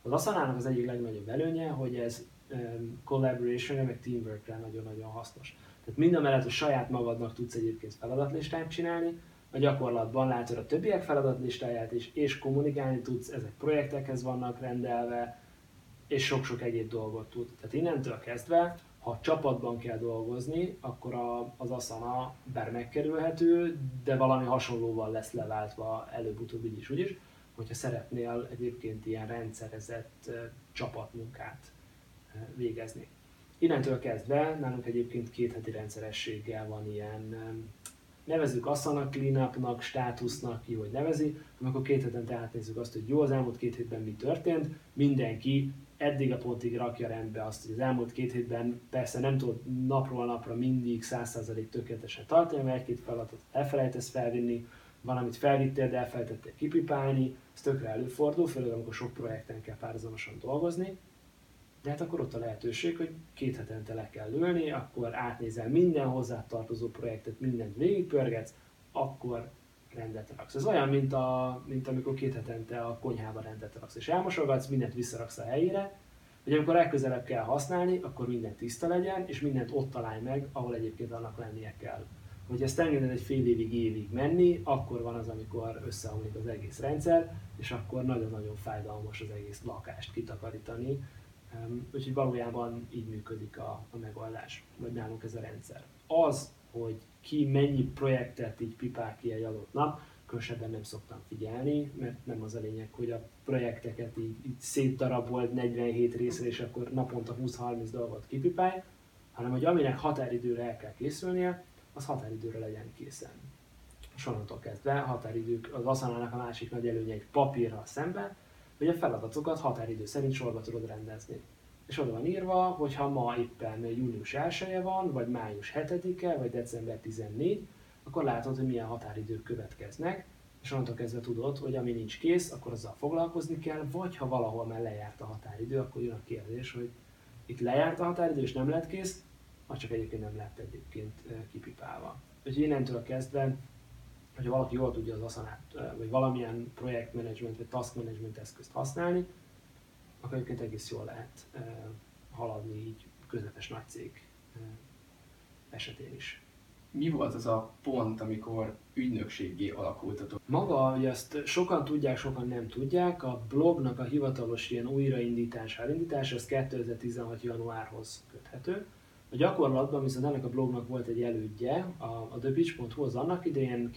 Az Asana-nak az egyik legnagyobb előnye, hogy ez collaboration-re, meg teamwork-re nagyon-nagyon hasznos. Tehát mindamellett, hogy saját magadnak tudsz egyébként feladatlistát csinálni, a gyakorlatban látod a többiek feladatlistáját is, és kommunikálni tudsz, ezek projektekhez vannak rendelve, és sok-sok egyéb dolgot tud. Tehát innentől kezdve, ha csapatban kell dolgozni, akkor az Asana bár megkerülhető, de valami hasonlóval lesz leváltva előbb-utóbb így is úgyis, hogyha szeretnél egyébként ilyen rendszerezett csapatmunkát végezni. Innentől kezdve nálunk egyébként 2 heti rendszerességgel van ilyen, nevezzük Asana cleanupnak, státusznak, ki hogy nevezi, amikor 2 hetente átnézzük azt, hogy jó, az elmúlt 2 hétben mi történt, mindenki eddig a pontig rakja rendbe azt, hogy az elmúlt 2 hétben persze nem tudod napról napra mindig 100% tökéletesen tartani, mert 1-2 feladatot elfelejtesz felvinni, valamit felvittél, de elfelejtettél kipipálni, ez tökre előfordul, főleg amikor sok projekten kell párhuzamosan dolgozni. De hát akkor ott a lehetőség, hogy 2 hetente le kell ülni, akkor átnézel minden hozzá tartozó projektet, mindent végigpörgetsz, akkor rendet raksz. Ez olyan, mint amikor 2 hetente a konyhába rendet raksz, és elmosogatsz, mindent visszaraksz a helyére, hogy amikor legközelebb kell használni, akkor minden tiszta legyen, és mindent ott találj meg, ahol egyébként annak lennie kell. Hogy ezt engeded egy fél évig menni, akkor van az, amikor összeomlik az egész rendszer, és akkor nagyon-nagyon fájdalmas az egész lakást kitakarítani. Úgyhogy valójában így működik a megoldás, vagy nálunk ez a rendszer. Az, hogy ki mennyi projektet így pipál ki egy adott nap, különösebben nem szoktam figyelni, mert nem az a lényeg, hogy a projekteket így szétdarabolt 47 részre, és akkor naponta 20-30 dolgot kipipálj, hanem hogy aminek határidőre el kell készülnie, az határidőre legyen készen. Onnantól kezdve határidők, az Asana-nak a másik nagy előnye egy papírral szemben, hogy a feladatokat határidő szerint sorba tudod rendezni. És oda van írva, hogy ha ma éppen június 1-e van, vagy május 7-e, vagy december 14, akkor látod, hogy milyen határidők következnek, és onnantól kezdve tudod, hogy ami nincs kész, akkor azzal foglalkozni kell, vagy ha valahol már lejárt a határidő, akkor jön a kérdés, hogy itt lejárt a határidő és nem lett kész, vagy csak egyébként nem lett egyébként kipipálva. Úgyhogy innentől kezdve, hogyha valaki jól tudja az Asanát, vagy valamilyen projektmenedzsment vagy taskmenedzsment eszközt használni, akkor egyébként egész jól lehet haladni így közepes nagy cég esetén is. Mi volt az a pont, amikor ügynökséggé alakultatok? Maga, hogy ezt sokan tudják, sokan nem tudják, a blognak a hivatalos ilyen újraindítása, elindítása, az 2016. januárhoz köthető. A gyakorlatban viszont ennek a blognak volt egy elődje, a thepitch.hu az annak idején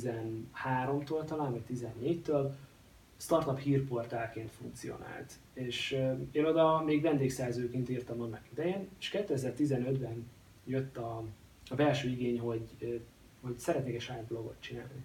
2013-tól talán, vagy 2014-től startup hírportálként funkcionált. És én oda még vendégszerzőként írtam annak idején, és 2015-ben jött a belső igény, hogy szeretnék egy saját blogot csinálni.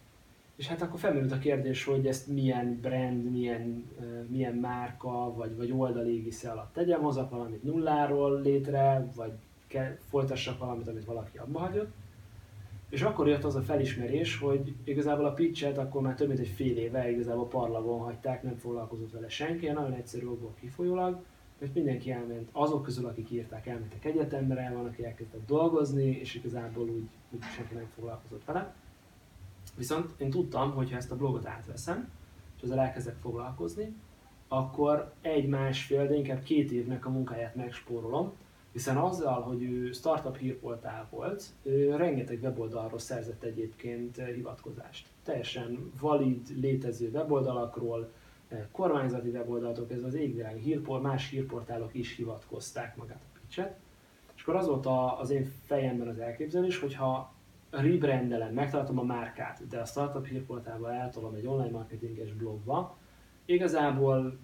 És hát akkor felmerült a kérdés, hogy ezt milyen brand, milyen márka, vagy oldal égisze alatt tegyem, hozzak valamit nulláról létre, vagy folytassak valamit, amit valaki abba hagyott. És akkor jött az a felismerés, hogy igazából a pitchet akkor már több mint egy fél éve igazából parlagon hagyták, nem foglalkozott vele senki, nagyon egyszerű okból kifolyólag, hogy mindenki elment, azok közül, akik írták, elmentek egyetemre, van, aki elkezdett dolgozni, és igazából úgy senki nem foglalkozott vele. Viszont én tudtam, hogy ha ezt a blogot átveszem, és ezzel elkezdek foglalkozni, akkor 1-1,5, de inkább 2 évnek a munkáját megspórolom, hiszen azzal, hogy ő startup hírportál volt, ő rengeteg weboldalról szerzett egyébként hivatkozást. Teljesen valid, létező weboldalakról, kormányzati weboldalatok, ez az égvilág más hírportálok is hivatkozták magát a pitchet. És akkor az volt az én fejemben az elképzelés, hogyha rebrandelem, megtartom a márkát, de a startup hírportálba eltolom egy online marketinges blogba, igazából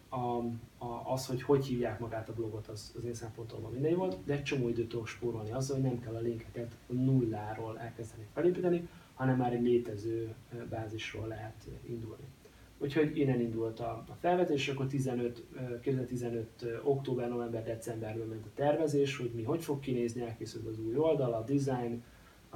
az, hogy hívják magát a blogot, az én szempontomban mindegy volt, de egy csomó időt tudok spórolni azzal, hogy nem kell a linkeket nulláról elkezdeni felépíteni, hanem már egy létező bázisról lehet indulni. Úgyhogy innen indult a felvetés, és akkor 2015. október, november, decemberben ment a tervezés, hogy hogy fog kinézni, elkészült az új oldal, a design,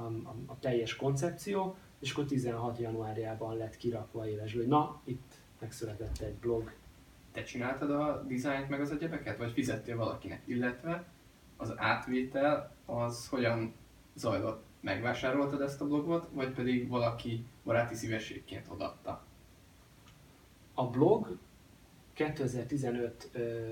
a teljes koncepció, és akkor 16 januárjában lett kirakva élesbe, hogy na, itt megszületett egy blog. Te csináltad a dizájnt meg az egyebeket, vagy fizettél valakinek? Illetve az átvétel az hogyan zajlott? Megvásároltad ezt a blogot, vagy pedig valaki baráti szívességként odaadta? A blog 2015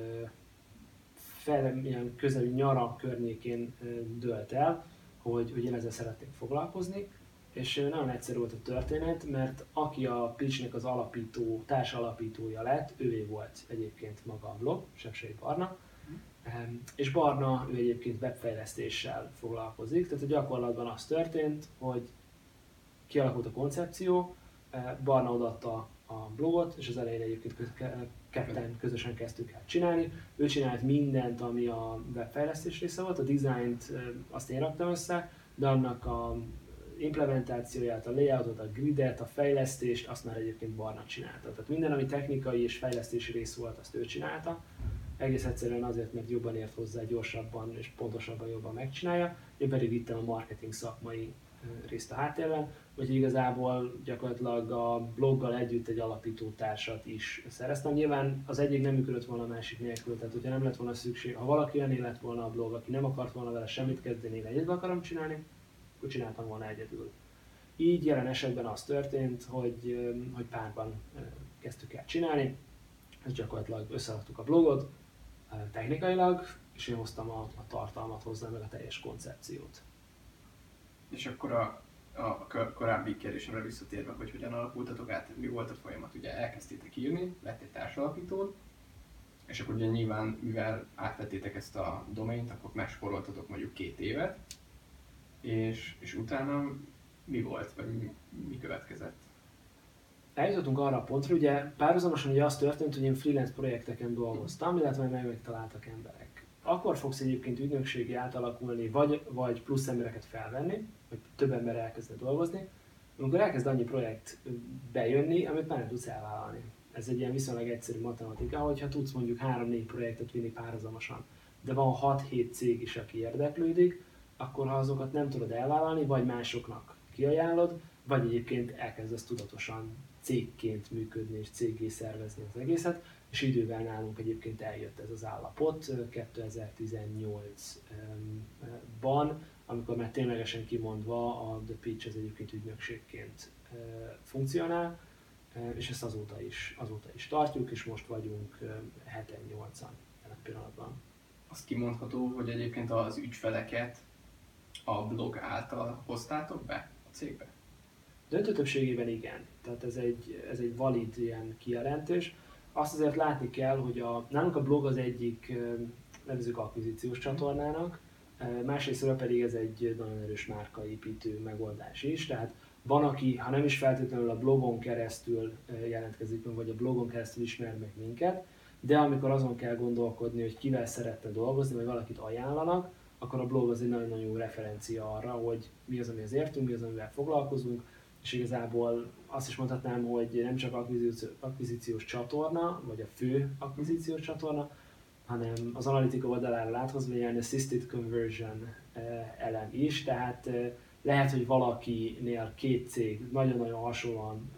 ilyen közeli nyara környékén dőlt el, hogy én ezzel szeretnék foglalkozni, és nagyon egyszerű volt a történet, mert aki a Pitchnek az alapító, társalapítója lett, ővé volt egyébként maga a blog, Sepsei Barna, és Barna, ő egyébként webfejlesztéssel foglalkozik, tehát a gyakorlatban az történt, hogy kialakult a koncepció, Barna odaadta a blogot, és az elején egyébként ketten közösen kezdtük el csinálni. Ő csinált mindent, ami a webfejlesztés része volt, a dizájnt azt én raktam össze, de annak a implementációját, a layoutot, a gridet, a fejlesztést, azt már egyébként Barna csinálta. Tehát minden, ami technikai és fejlesztési rész volt, azt ő csinálta. Egész egyszerűen azért, mert jobban ért hozzá, gyorsabban és pontosabban jobban megcsinálja. Én pedig vittem a marketing szakmai részt a háttérben, hogy igazából gyakorlatilag a bloggal együtt egy alapító társat is szereztem. Nyilván az egyik nem működött volna a másik nélkül, tehát hogyha nem lett volna szükség, ha valaki olyan lett volna a blog, aki nem akart volna vele semmit kezdeni, én egyedül akarom csinálni, akkor csináltam volna egyedül. Így jelen esetben az történt, hogy párban kezdtük el csinálni, és gyakorlatilag összeraktuk a blogot technikailag, és én hoztam a tartalmat hozzá, meg a teljes koncepciót. És akkor a korábbi kérdésemre visszatérve, hogy hogyan alakultatok át, mi volt a folyamat, ugye elkezdtétek írni, lett egy társalapítód, és akkor ugye nyilván, mivel átvettétek ezt a domaint, akkor megspóroltatok mondjuk 2 évet, és utána mi volt, vagy mi következett? Eljutottunk arra a pontra, ugye párhuzamosan ugye az történt, hogy én freelance projekteken dolgoztam, illetve megtaláltak emberek. Akkor fogsz egyébként ügynökségi átalakulni, vagy plusz embereket felvenni, vagy több ember elkezdett dolgozni, amikor elkezd annyi projekt bejönni, amit már nem tudsz elvállalni. Ez egy ilyen viszonylag egyszerű matematika, hogyha tudsz mondjuk 3-4 projektet vinni párhuzamosan, de van 6-7 cég is, aki érdeklődik, akkor ha azokat nem tudod elvállalni, vagy másoknak kiajánlod, vagy egyébként elkezdesz tudatosan cégként működni és céggé szervezni az egészet, és idővel nálunk egyébként eljött ez az állapot 2018-ban, amikor már ténylegesen kimondva a The Pitch az egyébként ügynökségként funkcionál, és ezt azóta is tartjuk, és most vagyunk 7-8-an jelen pillanatban. Azt kimondható, hogy egyébként az ügyfeleket a blog által hoztátok be a cégbe? Döntő többségében igen, tehát ez egy valid ilyen kijelentés. Azt azért látni kell, hogy nálunk a blog az egyik nevezzük akvizíciós csatornának, másrésztről pedig ez egy nagyon erős márkaépítő megoldás is, tehát van, aki, ha nem is feltétlenül a blogon keresztül jelentkezik meg, vagy a blogon keresztül ismer meg minket, de amikor azon kell gondolkodni, hogy kivel szeretne dolgozni, vagy valakit ajánlanak, akkor a blog az egy nagyon-nagyon jó referencia arra, hogy mi az, amihez értünk, mi az, amivel foglalkozunk, és igazából azt is mondhatnám, hogy nem csak akvizíciós csatorna, vagy a fő akvizíciós csatorna, hanem az analitika oldalára áthozva ilyen assisted conversion elem is, tehát lehet, hogy valakinél 2 cég nagyon-nagyon hasonlóan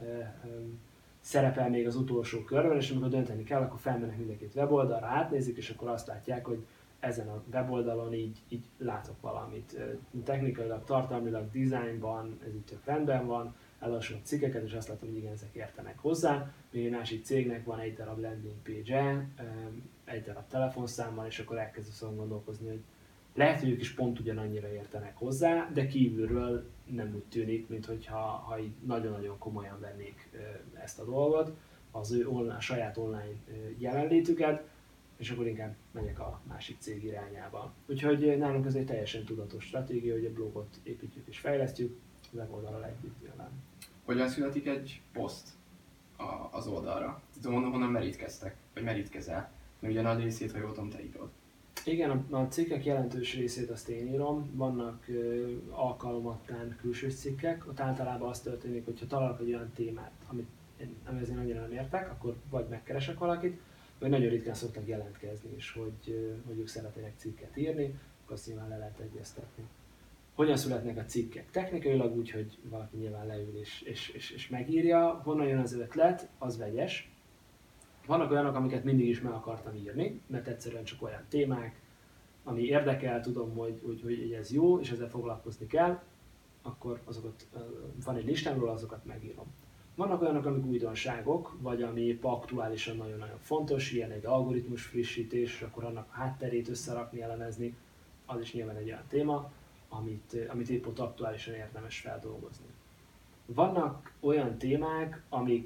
szerepel még az utolsó körben, és amikor dönteni kell, akkor felmennek mind a 2 weboldalra, átnézik, és akkor azt látják, hogy ezen a weboldalon így látok valamit. Technikailag, tartalmilag, dizájnban ez így tök rendben van, elolvasom a cikkeket, és azt látom, hogy igen, ezek értenek hozzá. Még egy másik cégnek van egy darab landing page-e, egy darab telefonszámmal, és akkor elkezdesz azon gondolkozni, hogy lehet, hogy ők is pont ugyanannyira értenek hozzá, de kívülről nem úgy tűnik, mintha így nagyon-nagyon komolyan vennék ezt a dolgot, az ő a saját online jelenlétüket, és akkor inkább megyek a másik cég irányába. Úgyhogy nálunk ez egy teljesen tudatos stratégia, hogy a blogot építjük és fejlesztjük, weboldalral együtt nyilván. Hogyan születik egy poszt az oldalra? Honnan merítkeztek, vagy merítkezel? Mert ugye nagy részét, ha jól tudom, te írod. Igen, a cikkek jelentős részét azt én írom, vannak alkalomattán külsős cikkek, ott általában az történik, hogyha találok egy olyan témát, amihez én annyira nem értek, akkor vagy megkeresek valakit, vagy nagyon ritkán szoktak jelentkezni is, hogy ők szeretnének cikket írni, akkor azt nyilván le lehet egyeztetni. Hogyan születnek a cikkek? Technikailag úgy, hogy valaki nyilván leül és megírja, honnan jön az ötlet, az vegyes. Vannak olyanok, amiket mindig is meg akartam írni, mert egyszerűen csak olyan témák, ami érdekel, tudom, hogy ez jó, és ezzel foglalkozni kell, akkor azokat, van egy listámról, azokat megírom. Vannak olyanok, amik újdonságok, vagy ami épp aktuálisan nagyon-nagyon fontos, ilyen egy algoritmus frissítés, akkor annak a hátterét összerakni, elemezni, az is nyilván egy olyan téma, amit épp ott aktuálisan érdemes feldolgozni. Vannak olyan témák,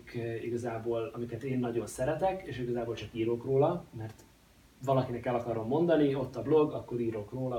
amiket én nagyon szeretek, és igazából csak írok róla, mert valakinek el akarom mondani, ott a blog, akkor írok róla,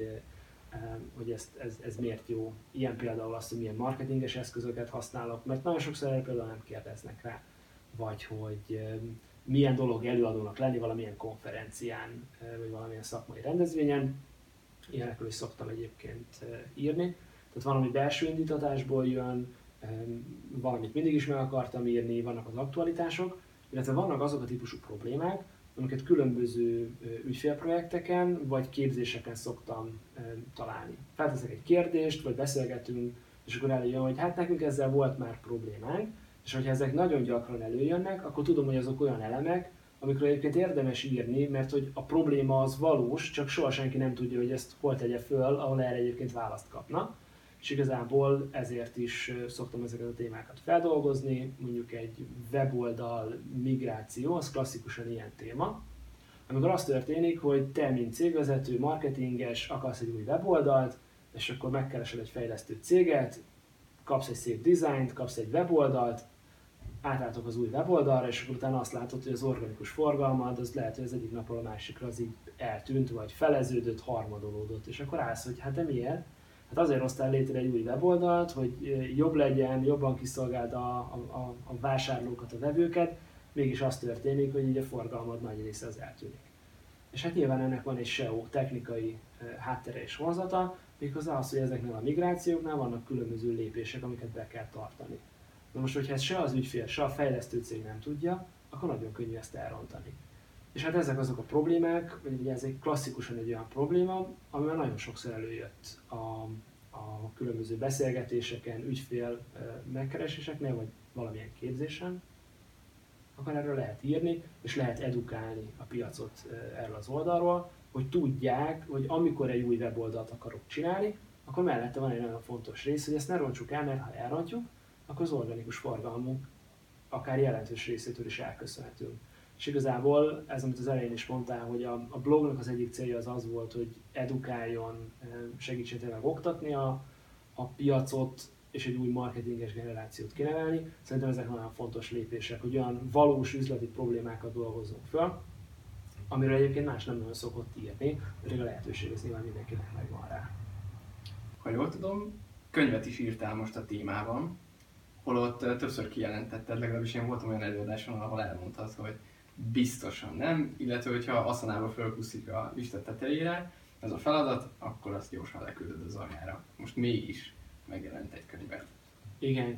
hogy ez miért jó. Ilyen például azt, hogy milyen marketinges eszközöket használok, mert nagyon sokszor erre például nem kérdeznek rá. Vagy hogy milyen dolog előadónak lenni valamilyen konferencián, vagy valamilyen szakmai rendezvényen. Ilyenekről is szoktam egyébként írni. Tehát valami belső indítatásból jön, valamit mindig is meg akartam írni, vannak az aktualitások, illetve vannak azok a típusú problémák, amiket különböző ügyfélprojekteken vagy képzéseken szoktam találni. Felteszek egy kérdést, vagy beszélgetünk, és akkor előjön, hogy hát nekünk ezzel volt már problémánk, és hogyha ezek nagyon gyakran előjönnek, akkor tudom, hogy azok olyan elemek, amikről egyébként érdemes írni, mert hogy a probléma az valós, csak soha senki nem tudja, hogy ezt hol tegye föl, ahol erre egyébként választ kapna. És igazából ezért is szoktam ezeket a témákat feldolgozni, mondjuk egy weboldal migráció, az klasszikusan ilyen téma, amikor az történik, hogy te, mint cégvezető, marketinges, akarsz egy új weboldalt, és akkor megkeresel egy fejlesztő céget, kapsz egy szép dizájnt, kapsz egy weboldalt, átálltok az új weboldalra, és akkor utána azt látod, hogy az organikus forgalmad, az lehet, hogy az egyik napról a másikra az így eltűnt, vagy feleződött, harmadolódott, és akkor állsz, hogy hát de miért? Hát azért hoztál létre egy új weboldalt, hogy jobb legyen, jobban kiszolgáld a vásárlókat, a vevőket, mégis az történik, hogy így a forgalmad nagy része az eltűnik. És hát nyilván ennek van egy SEO technikai háttere és vonzata, méghozzá az, hogy ezeknél a migrációknál vannak különböző lépések, amiket be kell tartani. Na most, hogyha ezt se az ügyfél, se a fejlesztő cég nem tudja, akkor nagyon könnyű ezt elrontani. És hát ezek azok a problémák, vagy ugye ez egy klasszikusan egy olyan probléma, amivel nagyon sokszor előjött a különböző beszélgetéseken, ügyfél megkereséseknél, vagy valamilyen képzésen, akkor erről lehet írni, és lehet edukálni a piacot erről az oldalról, hogy tudják, hogy amikor egy új weboldalt akarok csinálni, akkor mellette van egy nagyon fontos rész, hogy ezt ne rontsuk el, mert ha elrontjuk, akkor az organikus forgalmunk akár jelentős részétől is elköszönhetünk. És igazából ez, amit az elején is mondtál, hogy a blognak az egyik célja az volt, hogy edukáljon, segítsen tényleg oktatni a piacot, és egy új marketinges generációt kinevelni. Szerintem ezek nagyon fontos lépések, hogy olyan valós üzleti problémákat dolgozzunk föl, amiről egyébként más nem nagyon szokott írni, pedig a lehetőség az nyilván mindenkinek megvan rá. Ha jól tudom, könyvet is írtál most a témában, holott többször kijelentetted, legalábbis én voltam olyan előadáson, ahol elmondtad, hogy biztosan nem, illetve hogyha Aszanába fölkuszik a lista tetejére ez a feladat, akkor azt gyorsan leküldöd az anyára. Most mégis megjelent egy könyvet. Igen,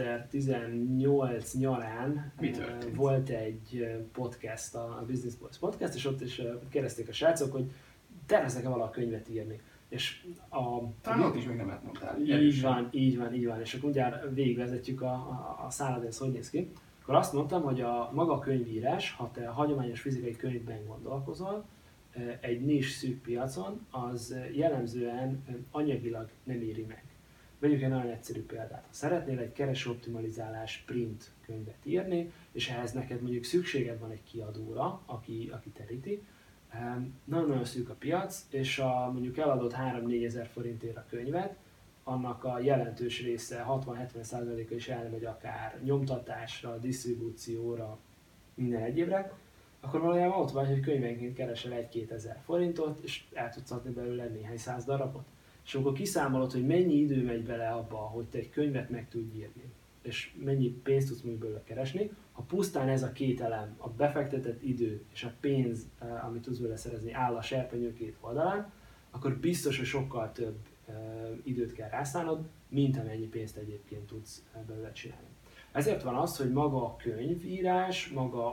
2018 nyarán volt egy podcast, a Business Boys podcast, és ott is kérdezték a srácok, hogy terveznek-e valaha könyvet írni. És talán ott is még nemet mondtál. Így van, és akkor mindjárt végigvezetjük a szállat, ez hogy néz ki. Akkor azt mondtam, hogy a maga könyvírás, ha te a hagyományos fizikai könyvben gondolkozol, egy nis szűk piacon, az jellemzően anyagilag nem éri meg. Vegyük egy nagyon egyszerű példát. Ha szeretnél egy keresőoptimalizálás print könyvet írni, és ehhez neked mondjuk szükséged van egy kiadóra, aki teríti, nagyon-nagyon szűk a piac, és mondjuk eladott 3-4 ezer forintért a könyvet, annak a jelentős része, 60-70%-a is elmegy akár nyomtatásra, disztribúcióra, minden egyébre, akkor valójában ott van, hogy könyvenként keresel 1-2 ezer forintot, és el tudsz adni belőle néhány száz darabot. És amikor kiszámolod, hogy mennyi idő megy bele abba, hogy te egy könyvet meg tudj írni, és mennyi pénzt tudsz mondjuk belőle keresni, ha pusztán ez a két elem, a befektetett idő és a pénz, amit tudsz belőle szerezni, áll a serpenyő két oldalán, akkor biztos, hogy sokkal több időt kell rászánod, mint amennyi pénzt egyébként tudsz belőle csinálni. Ezért van az, hogy maga a könyvírás, maga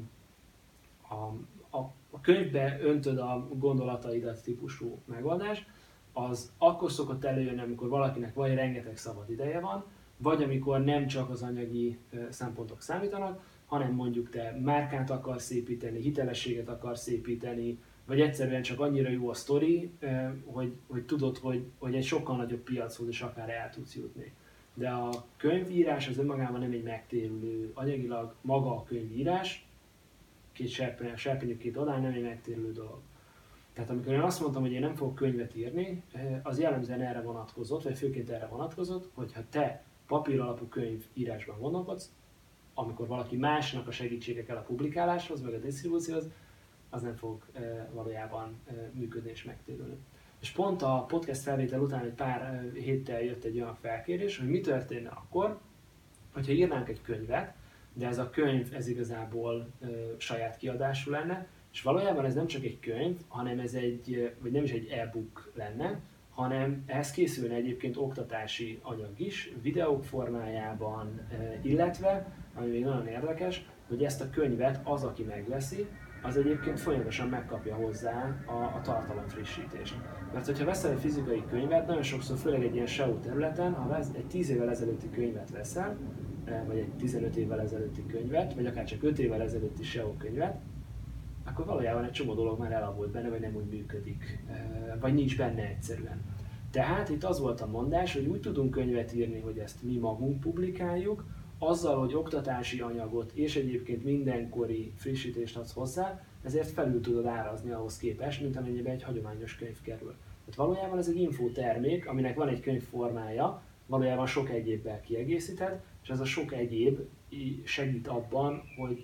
a könyvbe öntöd a gondolataidat típusú megoldás, az akkor szokott előjönni, amikor valakinek vagy rengeteg szabad ideje van, vagy amikor nem csak az anyagi szempontok számítanak, hanem mondjuk te márkát akarsz építeni, hitelességet akarsz építeni, vagy egyszerűen csak annyira jó a sztori, hogy tudod, hogy egy sokkal nagyobb piachoz is akár el tudsz jutni. De a könyvírás az önmagában nem egy megtérülő, anyagilag maga a könyvírás, két serpenyő két oldalán nem egy megtérülő dolog. Tehát amikor én azt mondtam, hogy én nem fogok könyvet írni, az jellemzően erre vonatkozott, vagy főként erre vonatkozott, hogyha te papír alapú könyvírásban gondolkodsz, amikor valaki másnak a segítsége kell a publikáláshoz, meg a disztribúcióhoz, az nem fog valójában működni és megtérülni. És pont a podcast felvétel után egy pár héttel jött egy olyan felkérés, hogy mi történne akkor, hogyha írnánk egy könyvet, de ez a könyv ez igazából saját kiadású lenne, és valójában ez nem csak egy könyv, hanem ez egy, vagy nem is egy e-book lenne, hanem ehhez készülne egyébként oktatási anyag is, videók formájában, illetve, ami még nagyon érdekes, hogy ezt a könyvet az, aki megveszi, az egyébként folyamatosan megkapja hozzá a tartalomfrissítést. Mert hogyha veszel egy fizikai könyvet, nagyon sokszor, főleg egy ilyen SEO területen, ha egy 10 évvel ezelőtti könyvet veszel, vagy egy 15 évvel ezelőtti könyvet, vagy akár csak 5 évvel ezelőtti SEO könyvet, akkor valójában egy csomó dolog már elavult benne, vagy nem úgy működik, vagy nincs benne egyszerűen. Tehát itt az volt a mondás, hogy úgy tudunk könyvet írni, hogy ezt mi magunk publikáljuk, azzal, hogy oktatási anyagot és egyébként mindenkori frissítést adsz hozzá, ezért felül tudod árazni ahhoz képest, mint amennyiben egy hagyományos könyv kerül. Tehát valójában ez egy infotermék, aminek van egy könyv formája, valójában sok egyébbel kiegészíted, és ez a sok egyéb segít abban,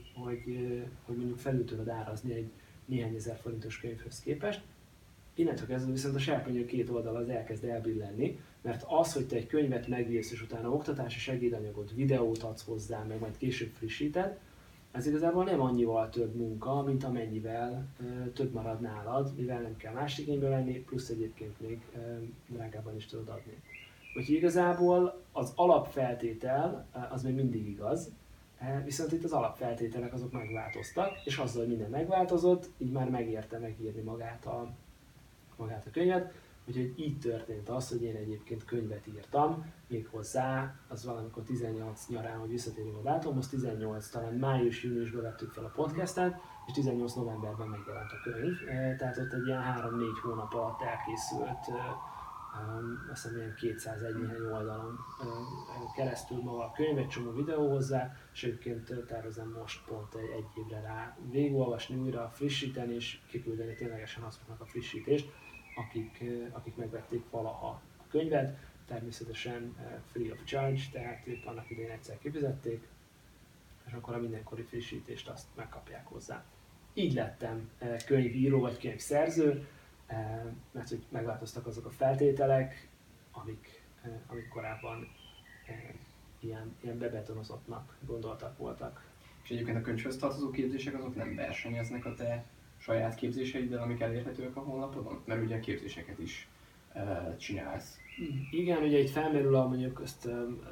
hogy mondjuk felül tudod árazni egy néhány ezer forintos könyvhöz képest. Innentől kezdve viszont a serpenyő két oldal az elkezd elbillenni, mert az, hogy te egy könyvet megírsz és utána oktatási segédanyagot, videót adsz hozzá, meg majd később frissíted, ez igazából nem annyival több munka, mint amennyivel több marad nálad, mivel nem kell más igénybe venni, plusz egyébként még drágában is tudod adni. Úgyhogy igazából az alapfeltétel az még mindig igaz, viszont itt az alapfeltételek azok megváltoztak, és azzal, hogy minden megváltozott, így már megérte megírni magát a könyvet. Úgyhogy így történt az, hogy én egyébként könyvet írtam, méghozzá az valamikor 18 nyarán, hogy visszatérünk a dátumhoz, 18 talán május-júniusban vettük fel a podcastet, és 18 novemberben megjelent a könyv. Tehát ott egy ilyen 3-4 hónap alatt elkészült, azt hiszem ilyen 201 néhány oldalon keresztül maga a könyv, egy csomó videó hozzá, és egyébként tervezem most pont egy évre rá végigolvasni, újra frissíteni, és kiküldeni ténylegesen azoknak a frissítést, akik megvették valaha a könyvet, természetesen free of charge, tehát ők annak idején egyszer kifizették, és akkor a mindenkori frissítést azt megkapják hozzá. Így lettem könyvíró vagy könyvszerző, mert hogy megváltoztak azok a feltételek, amik korábban ilyen bebetonozottnak gondoltak voltak. És egyébként a könyvhöz tartozó képzések azok nem versenyeznek a te saját képzéseiddel, amik elérhetőek a honlapodon? Mert ugye képzéseket is csinálsz. Igen, ugye itt felmerül mondjuk ezt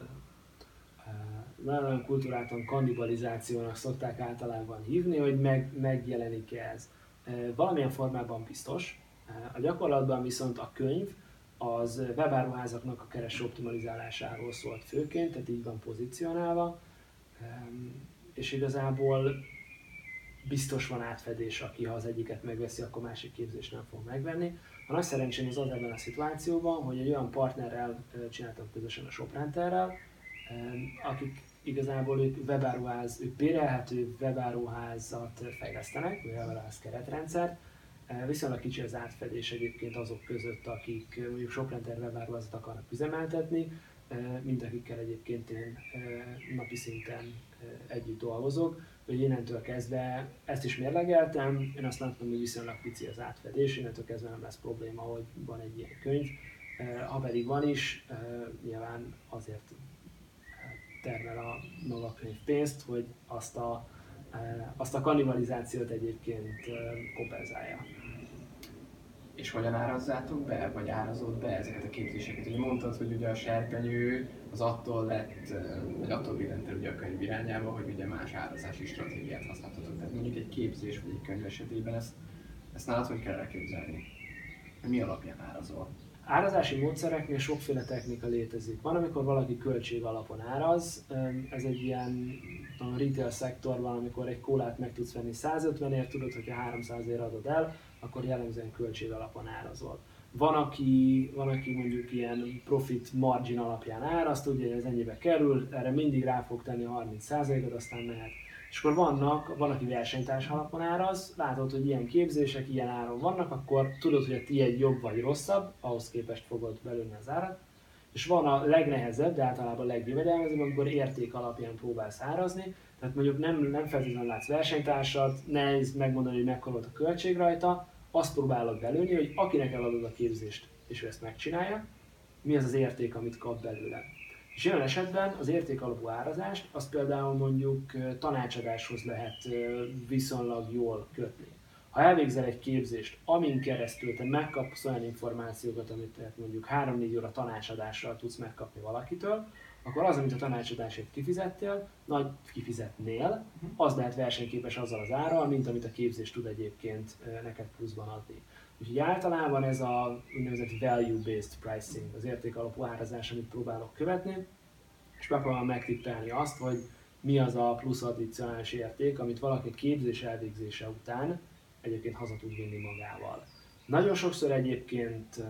nagyon kulturáltan kannibalizációnak szokták általában hívni, hogy megjelenik ez. Valamilyen formában biztos. A gyakorlatban viszont a könyv az webáruházaknak a kereső optimalizálásáról szólt főként, tehát így van pozícionálva, és igazából biztos van átfedés, aki ha az egyiket megveszi, akkor másik képzést nem fog megvenni. A nagy szerencsém az ebben a szituációban, hogy egy olyan partnerrel csináltam közösen a Shoprenterrel, akik igazából ők bérelhető webáruházat fejlesztenek, webáruház keretrendszert. Viszonylag kicsi az átfedés egyébként azok között, akik mondjuk Shoprenter webáruházat akarnak üzemeltetni, mint akikkel egyébként én napi szinten együtt dolgozok. Hogy innentől kezdve ezt is mérlegeltem, én azt látom, hogy viszonylag pici az átfedés, innentől kezdve nem lesz probléma, hogy van egy ilyen könyv. Ha pedig van is, nyilván azért termel a maga könyv pénzt, hogy azt a kannibalizációt egyébként kompenzálja. És hogyan árazzátok be, vagy árazod be ezeket a képzéseket? Ugye mondtad, hogy ugye a serpenyő az attól lett, vagy attól billent el ugye a könyv irányába, hogy ugye más árazási stratégiát használtatok. Tehát mondjuk egy képzés vagy egy könyv esetében ezt nálad hogy kell elképzelni? Mi alapján árazol? Árazási módszereknél sokféle technika létezik. Van, amikor valaki költség alapon áraz, ez egy ilyen retail szektorban, amikor egy kólát meg tudsz venni 150-ért, tudod, hogyha 300-ért adod el, akkor jellemzően költség alapon árazol. Van, aki mondjuk ilyen profit margin alapján áraszt, ugye ez ennyibe kerül, erre mindig rá fog tenni a 30%-ot, aztán mehet. És akkor van, aki versenytárs alapon áraz, látod, hogy ilyen képzések, ilyen áron vannak, akkor tudod, hogy a tiéd jobb vagy rosszabb, ahhoz képest fogod belőni az árat. És van a legnehezebb, de általában a legjövedelmezőbb, amikor érték alapján próbálsz árazni. Tehát mondjuk nem feltétlenül látsz versenytársat, nehéz megmondani, hogy mekkora volt a költség rajta, azt próbálod belőni, hogy akinek eladod a képzést, és ő ezt megcsinálja, mi az az érték, amit kap belőle. És ilyen esetben az érték alapú árazást, azt például mondjuk tanácsadáshoz lehet viszonylag jól kötni. Ha elvégzel egy képzést, amin keresztül te megkapsz olyan információkat, amit te mondjuk 3-4 óra tanácsadással tudsz megkapni valakitől, akkor az, amit a tanácsadásért kifizetnél, az lehet versenyképes azzal az árral, mint amit a képzés tud egyébként neked pluszban adni. Úgyhogy általában ez a úgynevezett value-based pricing, az érték alapú árazás, amit próbálok követni, és megpróbálom megtippelni azt, hogy mi az a plusz addicionális érték, amit valaki képzés elvégzése után egyébként haza tud vinni magával. Nagyon sokszor egyébként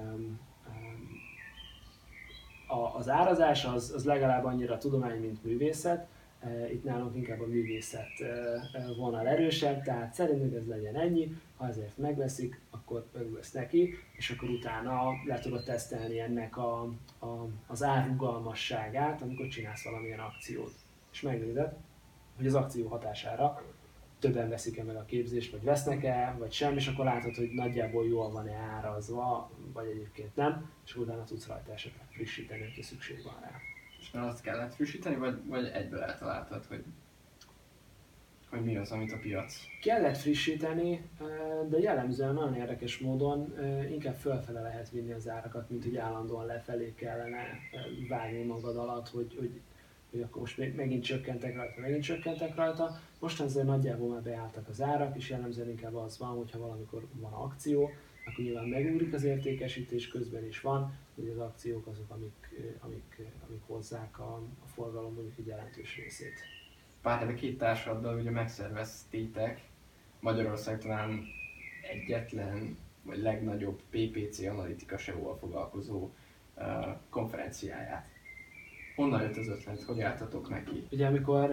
az árazás az legalább annyira tudomány, mint művészet. Itt nálunk inkább a művészet vonal erősebb, tehát szerintünk ez legyen ennyi, ha ezért megveszik, akkor örülsz neki, és akkor utána le tudod tesztelni ennek az árrugalmasságát, amikor csinálsz valamilyen akciót. És megnézed, hogy az akció hatására többen veszik-e meg a képzést, vagy vesznek-e, vagy sem, és akkor látod, hogy nagyjából jól van-e árazva, vagy egyébként nem, és utána tudsz rajta esetleg frissíteni, hogyha szükség van rá. És már azt kellett frissíteni, vagy egyből eltaláltad, hogy mi az, amit a piac? Kellett frissíteni, de jellemzően nagyon érdekes módon inkább fölfele lehet vinni az árakat, mint hogy állandóan lefelé kellene vágni magad alatt, hogy akkor most megint csökkentek rajta. Most azért nagyjából már beálltak az árak, és jellemzően inkább az van, hogyha valamikor van akció, akkor nyilván megugrik az értékesítés, közben is van, hogy az akciók azok, amik hozzák a forgalom mondjuk egy jelentős részét. Pár hete két társaddal ugye megszerveztétek Magyarország talán egyetlen vagy legnagyobb PPC analitika SEO-val foglalkozó konferenciáját. Honnan jött az ötlet, hogy álltatok neki? Ugye amikor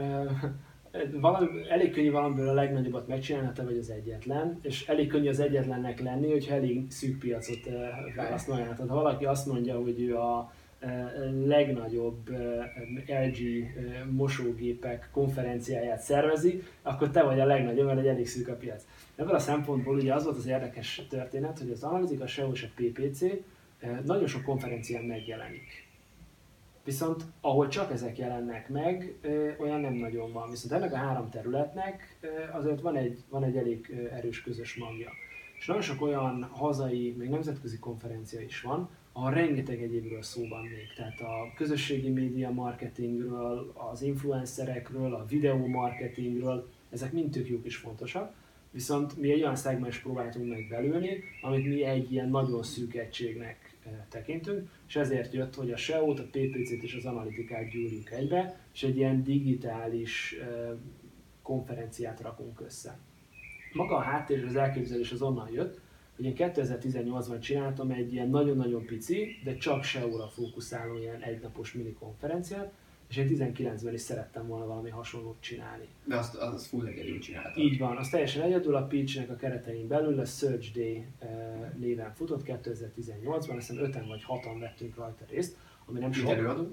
elég könnyű valamiből a legnagyobbat megcsinálni, te vagy az egyetlen, és elég könnyű az egyetlennek lenni, hogyha elég szűk piacot választ magát. Ha valaki azt mondja, hogy ő a legnagyobb LG mosógépek konferenciáját szervezi, akkor te vagy a legnagyobb, mert egy elég szűk a piac. Ebből a szempontból ugye az volt az érdekes történet, hogy az analitika SEO és a PPC nagyon sok konferencián megjelenik. Viszont ahol csak ezek jelennek meg, olyan nem nagyon van. Viszont ennek a három területnek azért van egy elég erős közös magja. És nagyon sok olyan hazai, még nemzetközi konferencia is van, ahol rengeteg egyébről szó van még. Tehát a közösségi média marketingről, az influencerekről, a videó marketingről, ezek mind tök jók és fontosak. Viszont mi egy olyan szegmens próbáltunk meg belülni, amit mi egy ilyen nagyon szűk egységnek tekintünk, és ezért jött, hogy a SEO-t, a PPC-t és az analitikát gyúrjuk egybe, és egy ilyen digitális konferenciát rakunk össze. Maga a háttér és az elképzelés az onnan jött, hogy én 2018-ban csináltam egy ilyen nagyon-nagyon pici, de csak SEO-ra fókuszáló ilyen egynapos mini konferenciát, és én 19-ben is szerettem volna valami hasonlót csinálni. De azt full egyedül csináltad. Így van, az teljesen egyedül, a Pitch-nek a keretein belül a Search Day néven futott 2018-ban, azt hiszem 5-en vagy 6-an vettünk rajta részt, ami nem sok. Előadó?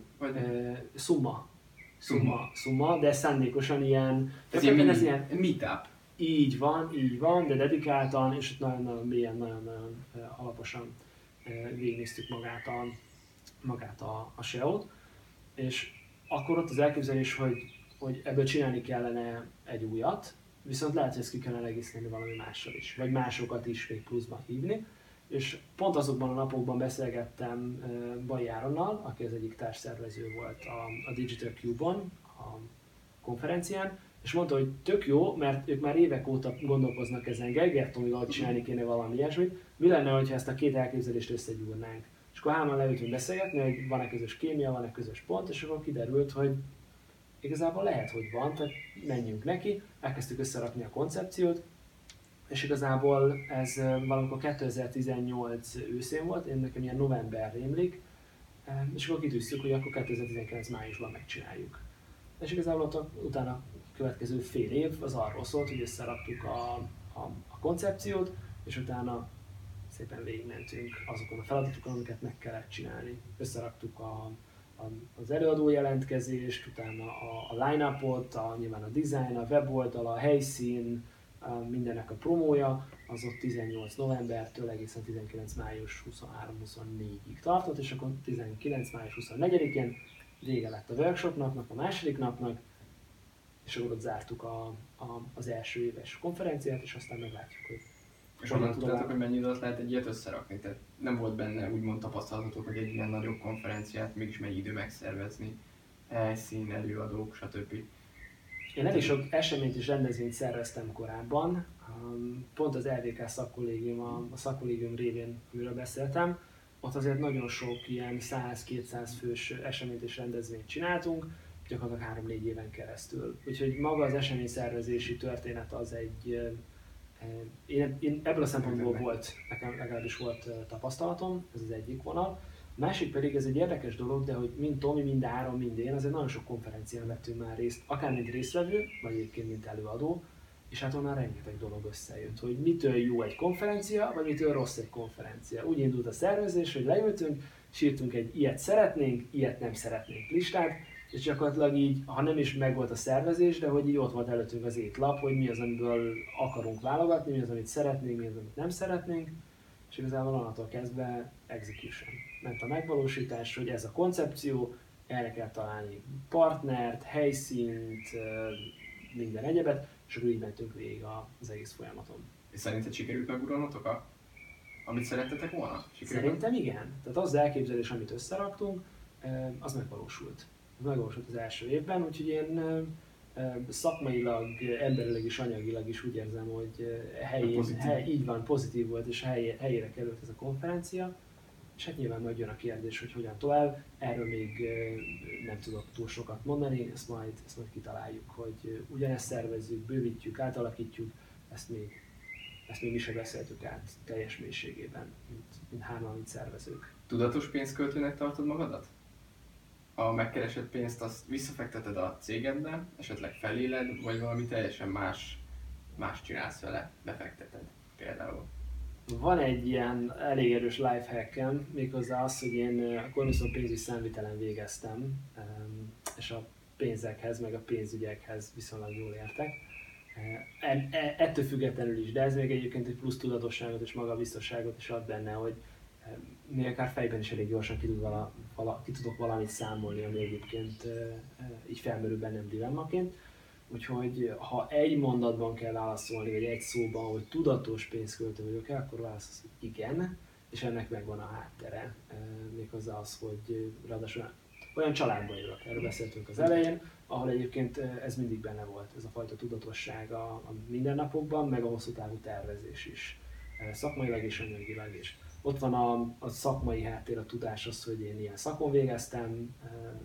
Summa, de szándékosan ilyen... Ez ilyen meetup. Így van, de dedikáltan, és nagyon-nagyon mélyen, nagyon-nagyon alaposan végignéztük magát a SEO-t, és akkor ott az elképzelés, hogy ebből csinálni kellene egy újat, viszont lehet, hogy ezt ki kellene egészíteni valami mással is, vagy másokat is még pluszban hívni. És pont azokban a napokban beszélgettem Bai Áronnal, aki az egyik társszervező volt a Digital Cube-on, a konferencián, és mondta, hogy tök jó, mert ők már évek óta gondolkoznak ezen, Gergertomival csinálni kéne valami ilyesmit, mi lenne, ha ezt a két elképzelést összegyúrnánk. És akkor hárman leültünk beszélgetni, hogy van-e közös kémia, van-e közös pont, és akkor kiderült, hogy igazából lehet, hogy van, tehát menjünk neki, elkezdtük összerakni a koncepciót, És igazából ez valamikor 2018 őszén volt, én nekem ilyen november rémlik, és akkor kitűztük, hogy akkor 2019 májusban megcsináljuk. És igazából ott utána következő fél év az arról szólt, hogy összeraktuk a koncepciót, és utána szépen végigmentünk azokon a feladatokon, amiket meg kellett csinálni. Összeraktuk az előadó jelentkezést, utána a line-upot, nyilván a design, a weboldal, a helyszín, mindennek a promója, az ott 18 novembertől egészen 19 május 23-24-ig tartott, és akkor 19 május 24-én vége lett a workshop napnak, a második napnak, és akkor ott zártuk az első éves konferenciát, és aztán meglátjuk, hogy És onnan tudtátok, hogy mennyi időt lehet egy ilyet összerakni? Tehát nem volt benne úgymond tapasztalatotok, hogy egy ilyen nagyobb konferenciát mégis mennyi idő megszervezni, helyszín, előadók, stb. Én elég sok eseményt és rendezvényt szerveztem korábban, pont az LVK szakkollégium, a szakkollégium révén, amiről beszéltem, ott azért nagyon sok ilyen 100-200 fős eseményt és rendezvényt csináltunk, gyakorlatilag 3-4 éven keresztül. Úgyhogy maga az eseményszervezési történet az egy... Én ebből a szempontból volt, nekem legalábbis volt tapasztalatom, ez az egyik vonal. Másik pedig ez egy érdekes dolog, de hogy mind Tomi, mind Áron, mind én, azért nagyon sok konferencián vettünk már részt, akár mint résztvevő, vagy egyébként mint előadó, és hát onnan rengeteg dolog összejött, hogy mitől jó egy konferencia, vagy mitől rossz egy konferencia. Úgy indult a szervezés, hogy leültünk, és írtunk egy ilyet szeretnénk, ilyet nem szeretnénk listát, és gyakorlatilag így, ha nem is megvolt a szervezés, de hogy így ott volt előttünk az étlap, hogy mi az, amiből akarunk válogatni, mi az, amit szeretnénk, mi az, amit nem szeretnénk, és igazából onnantól kezdve execution. Ment a megvalósítás, hogy ez a koncepció, erre kell találni partnert, helyszínt, minden egyebet, és akkor így mentünk végig az egész folyamaton. És szerinted sikerült meguralnotok, amit szerettetek volna? Szerintem igen. Tehát az elképzelés, amit összeraktunk, az megvalósult. Az megvalósult az első évben, úgyhogy én szakmailag, emberileg és anyagilag is úgy érzem, hogy így van, pozitív volt, és helyére került ez a konferencia. És hát nyilván majd jön a kérdés, hogy hogyan tovább. Erről még nem tudok túl sokat mondani, ezt majd kitaláljuk, hogy ugyanezt szervezzük, bővítjük, átalakítjuk, ezt még mi sem beszéltük át teljes mélységében, mint hárman, mint szervezők. Tudatos pénzköltőnek tartod magadat? A megkeresett pénzt azt visszafekteted a cégedbe, esetleg feléled, vagy valami teljesen más csinálsz vele, befekteted például? Van egy ilyen elég erős lifehackem, méghozzá az, hogy én a Cornuson pénzügyi számvitelen végeztem, és a pénzekhez, meg a pénzügyekhez viszonylag jól értek. Ettől függetlenül is, de ez még egyébként egy plusz tudatosságot és magabiztosságot is ad benne, hogy még akár fejben is elég gyorsan ki tudok valamit számolni, ami egyébként így felmerül bennem dilemmaként. Úgyhogy ha egy mondatban kell válaszolni, vagy egy szóban, hogy tudatos pénzköltő vagyok-e, akkor válaszolsz, hogy igen, és ennek megvan a háttere. Méghozzá az, hogy ráadásul olyan családban jövök, erről beszéltünk az elején, ahol egyébként ez mindig benne volt, ez a fajta tudatosság a mindennapokban, meg a hosszú távú tervezés is, szakmailag és anyagilag is. Ott van a szakmai háttér, a tudás az, hogy én ilyen szakon végeztem,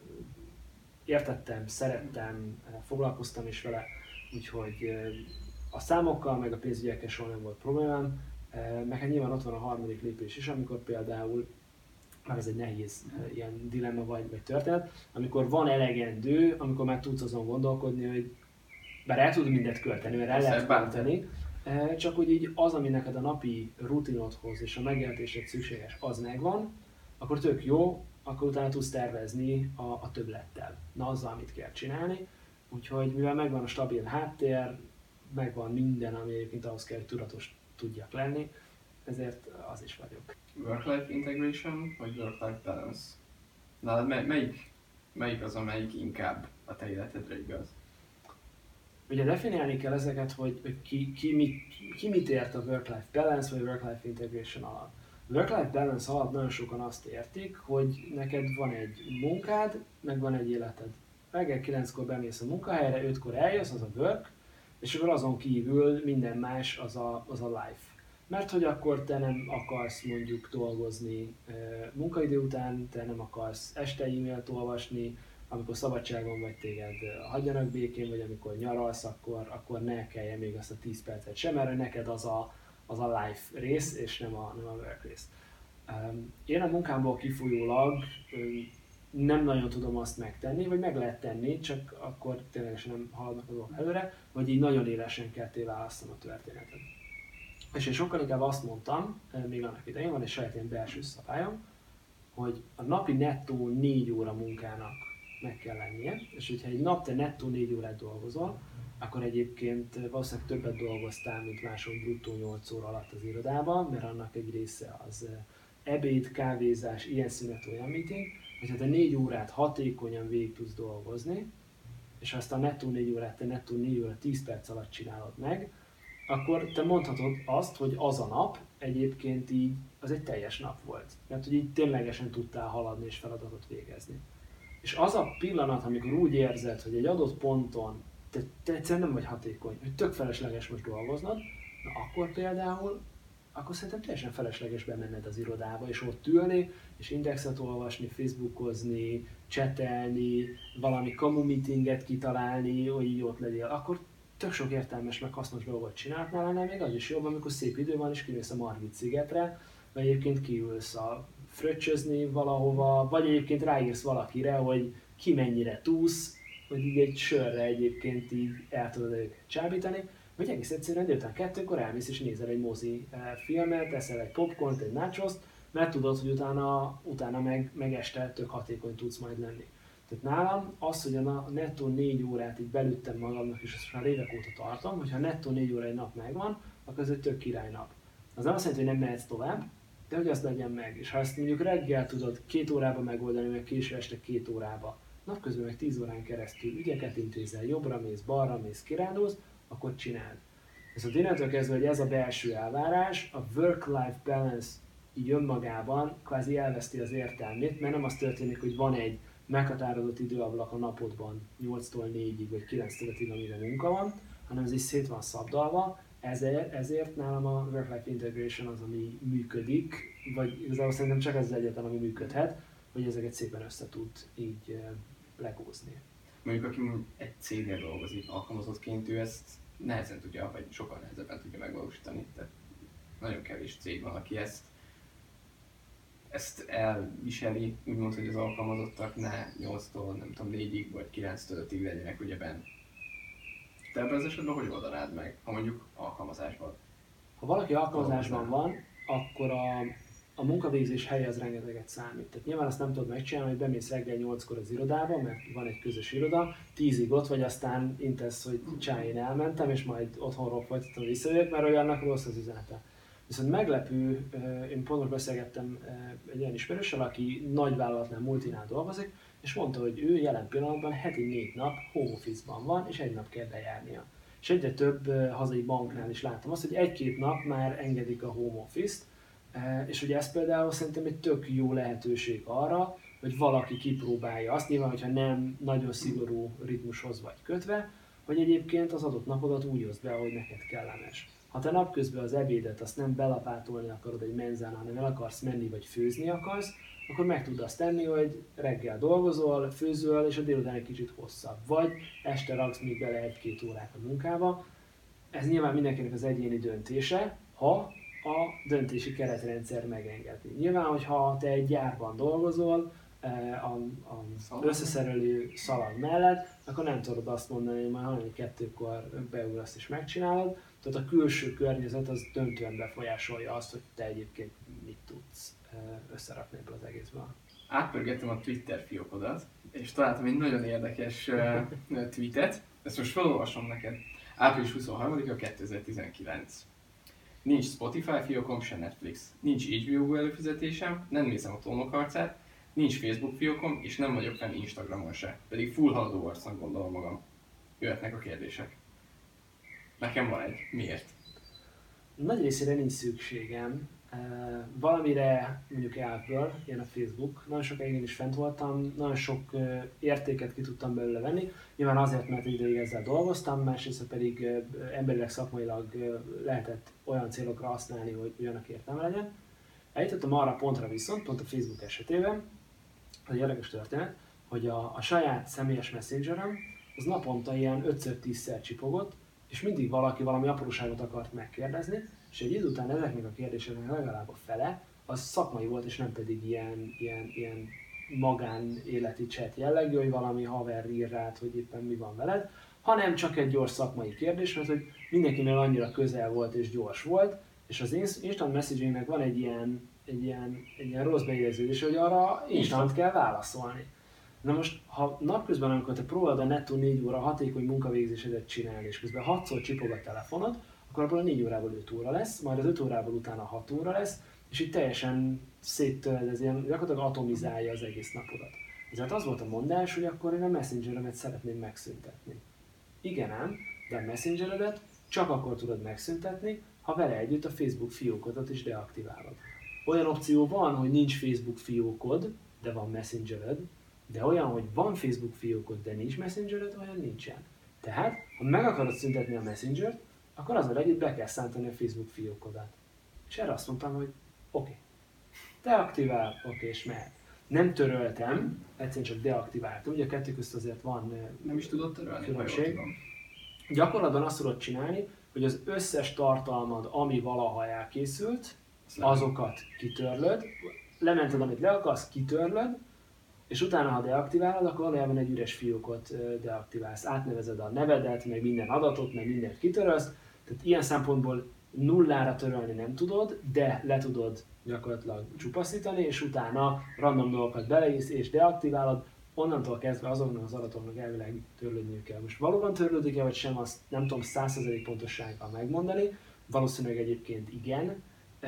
értettem, szerettem, foglalkoztam is vele, úgyhogy a számokkal, meg a pénzügyekkel soha nem volt problémám, meg hát nyilván ott van a harmadik lépés is, amikor például, már ez egy nehéz ilyen dilemma vagy történet, amikor van elegendő, amikor már tudsz azon gondolkodni, hogy bár el tudod mindent költeni, mert el lehet költeni, csak hogy így az, ami neked a napi rutinodhoz és a megélhetésed szükséges, az megvan, akkor tök jó, akkor utána tudsz tervezni a többlettel. Na, azzal, amit kell csinálni. Úgyhogy mivel megvan a stabil háttér, megvan minden, ami egyébként ahhoz kell, hogy tudatos tudjak lenni, ezért az is vagyok. Work-life integration vagy work-life balance? Nálad melyik az, amelyik inkább a te életedre igaz? Ugye definiálni kell ezeket, hogy ki mit ért a work-life balance vagy work-life integration alatt. A work-life balance alatt nagyon sokan azt értik, hogy neked van egy munkád, meg van egy életed. Reggel 9-kor bemész a munkahelyre, 5-kor eljössz, az a work, és akkor azon kívül minden más az a life. Mert hogy akkor te nem akarsz mondjuk dolgozni munkaidő után, te nem akarsz este e-mailt olvasni, amikor szabadságon vagy téged hagyjanak békén, vagy amikor nyaralsz, akkor ne kelljen még azt a 10 percet sem, mert neked az a life rész, és nem a work rész. Én a munkámból kifolyólag nem nagyon tudom azt megtenni, vagy meg lehet tenni, csak akkor ténylegesen nem haladnak a dolgok előre, vagy így nagyon élesen ketté választom a történetet. És én sokkal inkább azt mondtam, még annak idején van egy saját ilyen belső szabályom, hogy a napi nettó 4 óra munkának meg kell lennie, és hogyha egy nap te nettó 4 órát dolgozol, akkor egyébként valószínűleg többet dolgoztál, mint máson bruttó 8 óra alatt az irodában, mert annak egy része az ebéd, kávézás, ilyen szünet, olyan meeting, hogyha te 4 órát hatékonyan végig tudsz dolgozni, és azt a nettó 4 órát te nettó 4 óra 10 perc alatt csinálod meg, akkor te mondhatod azt, hogy az a nap egyébként így az egy teljes nap volt. Mert hogy így ténylegesen tudtál haladni és feladatot végezni. És az a pillanat, amikor úgy érzed, hogy egy adott ponton te egyszerűen nem vagy hatékony, hogy tök felesleges most dolgoznod, na akkor például akkor szerintem teljesen felesleges bemenned az irodába, és ott ülni, és indexet olvasni, facebookozni, csetelni, valami kamu meetinget kitalálni, hogy így ott legyél. Akkor tök sok értelmes, meg hasznos dolgot csináltnál, annál még az is jobb, amikor szép idő van, és kimész a Margit szigetre, vagy egyébként kiülsz a fröccsözni valahova, vagy egyébként ráírsz valakire, hogy ki mennyire túsz, hogy így egy sörre egyébként így el tudod őket csábítani, vagy egész egyszerűen délután 2-kor elmész és nézel egy mozi filmet, eszel egy popcornt, egy nachoszt, mert tudod, hogy utána meg este tök hatékony tudsz majd lenni. Tehát nálam az, hogy a nettó 4 órát így belüttem magamnak, és ezt már évek óta tartom, hogyha nettó 4 óra egy nap megvan, akkor ez egy tök király nap. Az nem azt jelenti, hogy nem mehetsz tovább, de hogy azt legyen meg. És ha ezt mondjuk reggel tudod 2 órába megoldani, meg késő este 2 órába, napközben meg 10 órán keresztül ügyeket intézel, jobbra mész, balra mész, kirándulsz, akkor csináld. Viszont innentől kezdve, hogy ez a belső elvárás, a work-life balance így önmagában kvázi elveszti az értelmét, mert nem az történik, hogy van egy meghatározott időablak a napodban 8-tól 4-ig vagy 9-től 5-ig, amire munka van, hanem ez is szét van szabdalva, ezért nálam a work-life integration az, ami működik, vagy igazából szerintem csak ez az egyetlen, ami működhet, hogy ezeket szépen össze tud így legózni. Mondjuk aki egy cégnél dolgozik alkalmazottként, ő ezt nehezen tudja, vagy sokkal nehezebben tudja megvalósítani. Tehát nagyon kevés cég van, aki ezt elviseli, úgymond, hogy az alkalmazottak ne 8-tól, nem tudom, 4-ig vagy 9-től 5-ig legyenek ugye benn. Te ebben az esetben hogy oldanád meg, ha mondjuk alkalmazásban? Ha valaki alkalmazásban van, akkor a munkavégzés helye az rengeteget számít. Tehát nyilván azt nem tudod megcsinálni, hogy bemész reggel 8-kor az irodába, mert van egy közös iroda, 10-ig ott vagy, aztán intesz, hogy én elmentem, és majd otthonról folytatom visszajövök, mert olyannak rossz az üzenete. Viszont meglepő, én pont most beszélgettem egy olyan ismerőssel, aki nagyvállalatnál, multinál dolgozik, és mondta, hogy ő jelen pillanatban heti 4 nap home office-ban van, és 1 nap kell bejárnia. És egyre több hazai banknál is láttam azt, hogy 1-2 nap már engedik a home office-t, és ugye ez például szerintem egy tök jó lehetőség arra, hogy valaki kipróbálja azt, nyilván, hogyha nem nagyon szigorú ritmushoz vagy kötve, hogy egyébként az adott napodat úgy oszd be, ahogy neked kellemes. Ha te napközben az ebédet azt nem belapátolni akarod egy menzán, hanem el akarsz menni vagy főzni akarsz, akkor meg tudod azt tenni, hogy reggel dolgozol, főzöl, és a délután egy kicsit hosszabb. Vagy este raksz még bele 1-2 órát a munkába. Ez nyilván mindenkinek az egyéni döntése, ha a döntési keretrendszer megengedi. Nyilván, hogyha te egy gyárban dolgozol, az összeszerelő szalag mellett, akkor nem tudod azt mondani, hogy majd 2-kor beuglasz és megcsinálod. Tehát a külső környezet az döntően befolyásolja azt, hogy te egyébként mit tudsz összerakni ebből az egészből. Átpörgettem a Twitter fiókodat, és találtam egy nagyon érdekes tweetet, ezt most felolvasom neked. Április 23-a 2019. Nincs Spotify fiókom, se Netflix. Nincs HBO előfizetésem, nem nézem a Trónok harcát, nincs Facebook fiókom, és nem vagyok fenn Instagramon se. Pedig full haladó arcnak gondolom magam. Jöhetnek a kérdések. Nekem van egy. Miért? Nagy részére nincs szükségem. Valamire mondjuk elvből, ilyen a Facebook, nagyon sokáig én is fent voltam, nagyon sok értéket ki tudtam belőle venni. Nyilván azért, mert egy ideig ezzel dolgoztam, másrészt pedig emberileg, szakmailag lehetett olyan célokra használni, hogy annak értelme legyen. Eljutottam arra a pontra viszont, pont a Facebook esetében, az egy érdekes történet, hogy a saját személyes messengerem az naponta ilyen 5-10-szer csipogott, és mindig valaki valami apróságot akart megkérdezni, és egy idő után ezeknek a kérdéseknek legalább a fele, az szakmai volt, és nem pedig ilyen magánéleti chat jellegű, hogy valami haver ír rád, hogy éppen mi van veled, hanem csak egy gyors szakmai kérdés, mert hogy mindenkinek annyira közel volt és gyors volt, és az instant messagingnek van egy ilyen rossz beérződés, hogy arra instant kell válaszolni. Na most, ha napközben, amikor te próbálod a nettó 4 óra hatékony munkavégzésedet csinálni, és közben 6-szor csipog a telefonod, akkor abból a 4 órából 5 óra lesz, majd az 5 órából utána 6 óra lesz, és így teljesen széttöled, ez ilyen gyakorlatilag atomizálja az egész napodat. Ezért az volt a mondás, hogy akkor én a messengeremet szeretném megszüntetni. Igen ám, de a messengeredet csak akkor tudod megszüntetni, ha vele együtt a Facebook fiókodat is deaktiválod. Olyan opció van, hogy nincs Facebook fiókod, de van messengered, de olyan, hogy van Facebook fiókod, de nincs messengered, olyan nincsen. Tehát, ha meg akarod szüntetni a messengert, akkor azzal együtt be kell szántani a Facebook fiókodat. És erre azt mondtam, hogy oké. Deaktivál, oké, és mehet. Nem töröltem, egyszerűen csak deaktiváltam. Ugye a kettő közt azért van Nem is tudod törölni, különbség. Gyakorlatban azt tudod csinálni, hogy az összes tartalmad, ami valaha elkészült, azokat kitörlöd, lemented, amit le akarsz, kitörlöd, és utána, ha deaktiválod, akkor valójában egy üres fiókot deaktiválsz. Átnevezed a nevedet, meg minden adatot, meg mindent kitörölsz. Tehát ilyen szempontból nullára törölni nem tudod, de le tudod gyakorlatilag csupaszítani, és utána random dolgokat beleírsz és deaktiválod, onnantól kezdve azoknak az adatoknak elvileg törlődniük kell. Most valóban törlődik-e vagy sem, azt nem tudom 100% pontossággal megmondani, valószínűleg egyébként igen,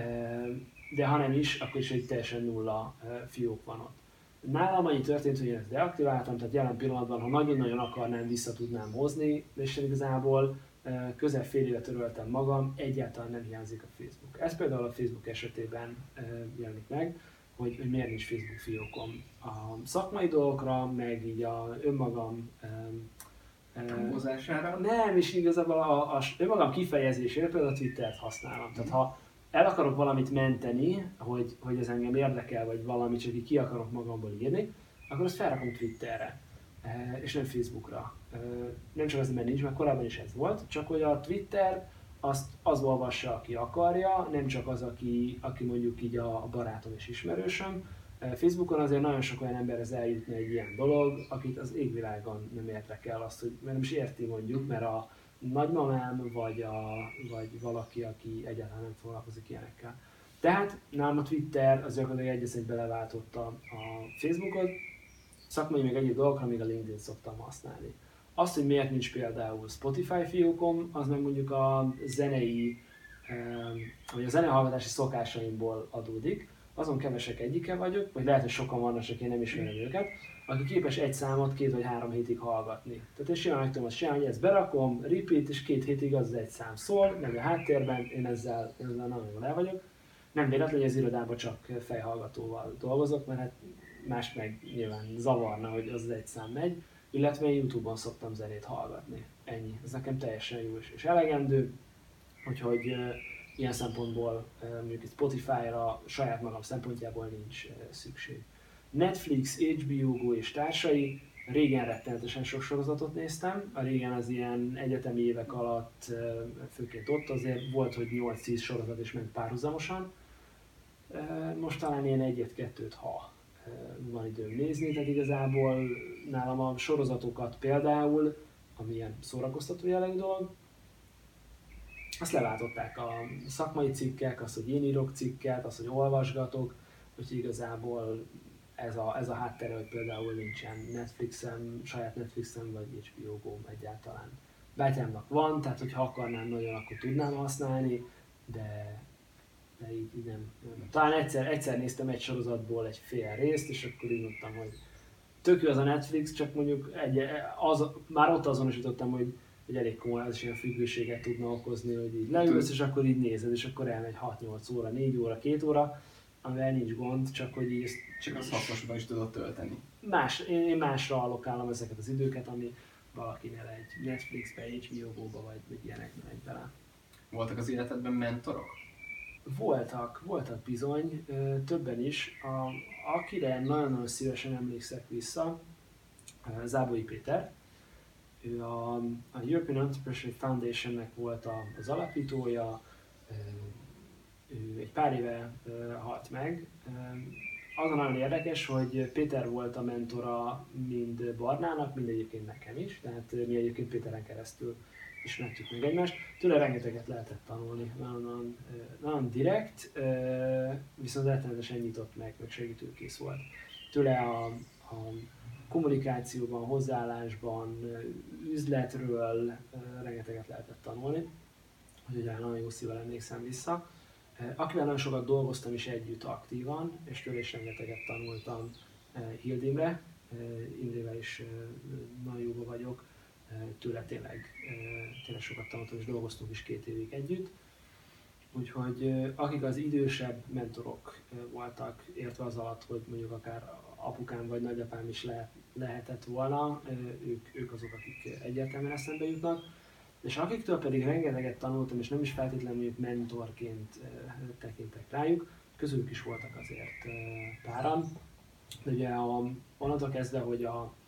de ha nem is, akkor is egy teljesen nulla fiók van ott. Nálam annyi történt, hogy én ezt deaktiváltam, tehát jelen pillanatban, ha nagyon-nagyon akarnám, vissza tudnám hozni, és igazából közel fél éve töröltem magam, egyáltalán nem hiányzik a Facebook. Ez például a Facebook esetében jelenik meg, hogy miért nincs Facebook fiókom. A szakmai dolgokra, meg így a önmagam Promózására? nem, és igazából a önmagam kifejezésére például a Twittert használom. Tehát ha el akarok valamit menteni, hogy ez engem érdekel, vagy valamit csak így ki akarok magamból írni, akkor azt felrakom Twitterre, és nem Facebookra. Nem csak azért, mert nincs, mert korábban is ez volt, csak hogy a Twitter az olvassa, aki akarja, nem csak az, aki mondjuk így a barátom és ismerősöm. Facebookon azért nagyon sok olyan emberhez eljutna egy ilyen dolog, akit az égvilágon nem érdekel azt, hogy mert nem is érti mondjuk, mert a nagymamám, vagy valaki, aki egyáltalán nem foglalkozik ilyenekkel. Tehát nálam a Twitter az gyakorlatilag egy beleváltotta a Facebookot, szakmai még egyéb dolgokra még a LinkedIn szoktam használni. Azt, hogy miért nincs például Spotify fiókom, az meg mondjuk a zenei, vagy a zenehallgatási szokásaimból adódik. Azon kevesek egyike vagyok, vagy lehet, hogy sokan vannak, csak én nem ismerem őket, aki képes egy számot 2 vagy 3 hétig hallgatni. Tehát én simán meg tudom azt csinálni, hogy ezt berakom, repeat, és 2 hétig az egy szám szól, meg a háttérben, én ezzel nagyon jól el vagyok. Nem véletlen, hogy az irodában csak fejhallgatóval dolgozok, mert hát más meg nyilván zavarna, hogy az egy szám megy, illetve én YouTube-on szoktam zenét hallgatni. Ennyi. Ez nekem teljesen jó és elegendő, úgyhogy ilyen szempontból mondjuk Spotify-ra saját magam szempontjából nincs szükség. Netflix, HBO Go és társai, régen rettenetesen sok sorozatot néztem, a régen az ilyen egyetemi évek alatt, főként ott azért volt, hogy 8-10 sorozat is ment párhuzamosan. Most talán ilyen egyet-kettőt, ha van időm nézni, tehát igazából nálam a sorozatokat például, ami ilyen szórakoztató jellegű dolog, azt leváltották a szakmai cikkek, az, hogy én írok cikket, az, hogy olvasgatok, hogy igazából ez a háttere, hogy például nincsen Netflixem, saját Netflixem vagy HBO Go-m egyáltalán. Bátyámnak van, tehát hogyha akarnám nagyon, akkor tudnám használni, de így nem. Talán egyszer néztem egy sorozatból egy fél részt, és akkor így mondtam, hogy tök jó az a Netflix, csak mondjuk már ott azonosítottam, hogy elég komoly, az is ilyen függőséget tudna okozni, hogy így leülsz, és akkor így nézed, és akkor elmegy 6-8 óra, 4 óra, 2 óra, amivel nincs gond, csak hogy így... Csak az hasznosabban is tudod tölteni. Én másra allokálom ezeket az időket, ami valakinél egy Netflixbe, HBO Go-ba vagy ilyenekben megy bele. Voltak az életedben mentorok? Voltak bizony, többen is. Akire nagyon-nagyon szívesen emlékszek vissza, Zábói Péter. Ő a European Entrepreneurship Foundation-nek volt az alapítója, ő egy pár éve halt meg. Az a nagyon érdekes, hogy Péter volt a mentora mind Barnának, mind egyébként nekem is, tehát mi egyébként Péteren keresztül ismertük meg egymást. Tőle rengeteget lehetett tanulni, nagyon direkt, viszont rettenetesen nyitott meg segítőkész volt. Tőle a kommunikációban, hozzáállásban, üzletről rengeteget lehetett tanulni, úgyhogy nagyon jó szívvel emlékszem vissza. Akivel nagyon sokat dolgoztam is együtt aktívan, és tőle is rengeteget tanultam, Hild Imre. Imrével is nagyon jóba vagyok, tőle tényleg sokat tanultam, és dolgoztunk is 2 évig együtt. Úgyhogy akik az idősebb mentorok voltak, értve az alatt, hogy mondjuk akár apukám vagy nagyapám is lehetett volna, ők azok, akik egyértelműen eszembe jutnak. És akiktől pedig rengeteget tanultam, és nem is feltétlenül mentorként tekintek rájuk, közülük is voltak azért páran. De ugye onnantól kezdve, hogy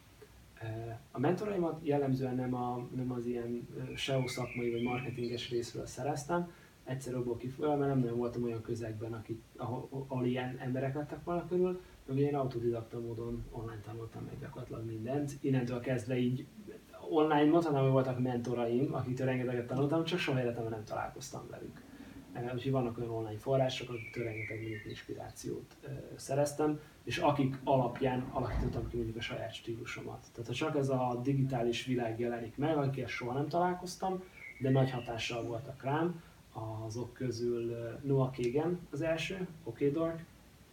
a mentoraimat jellemzően nem az ilyen SEO szakmai vagy marketinges részről szereztem, egyszer abból kifolyólag, mert nem nagyon voltam olyan közegben, ahol ilyen emberek lettek volna körül, meg én autodidakta módon online tanultam meg gyakorlatilag mindent. Innentől kezdve így online mondhatnám, hogy voltak mentoraim, akiktől rengeteget tanultam, csak soha életemben nem találkoztam velük. Úgyhogy vannak olyan online források, akiktől rengeteg inspirációt szereztem, és akik alapján alakítottam ki mondjuk a saját stílusomat. Tehát ha csak ez a digitális világ jelenik meg, akikkel soha nem találkoztam, de nagy hatással voltak rám, azok közül Noah Kagan az első, OkDork,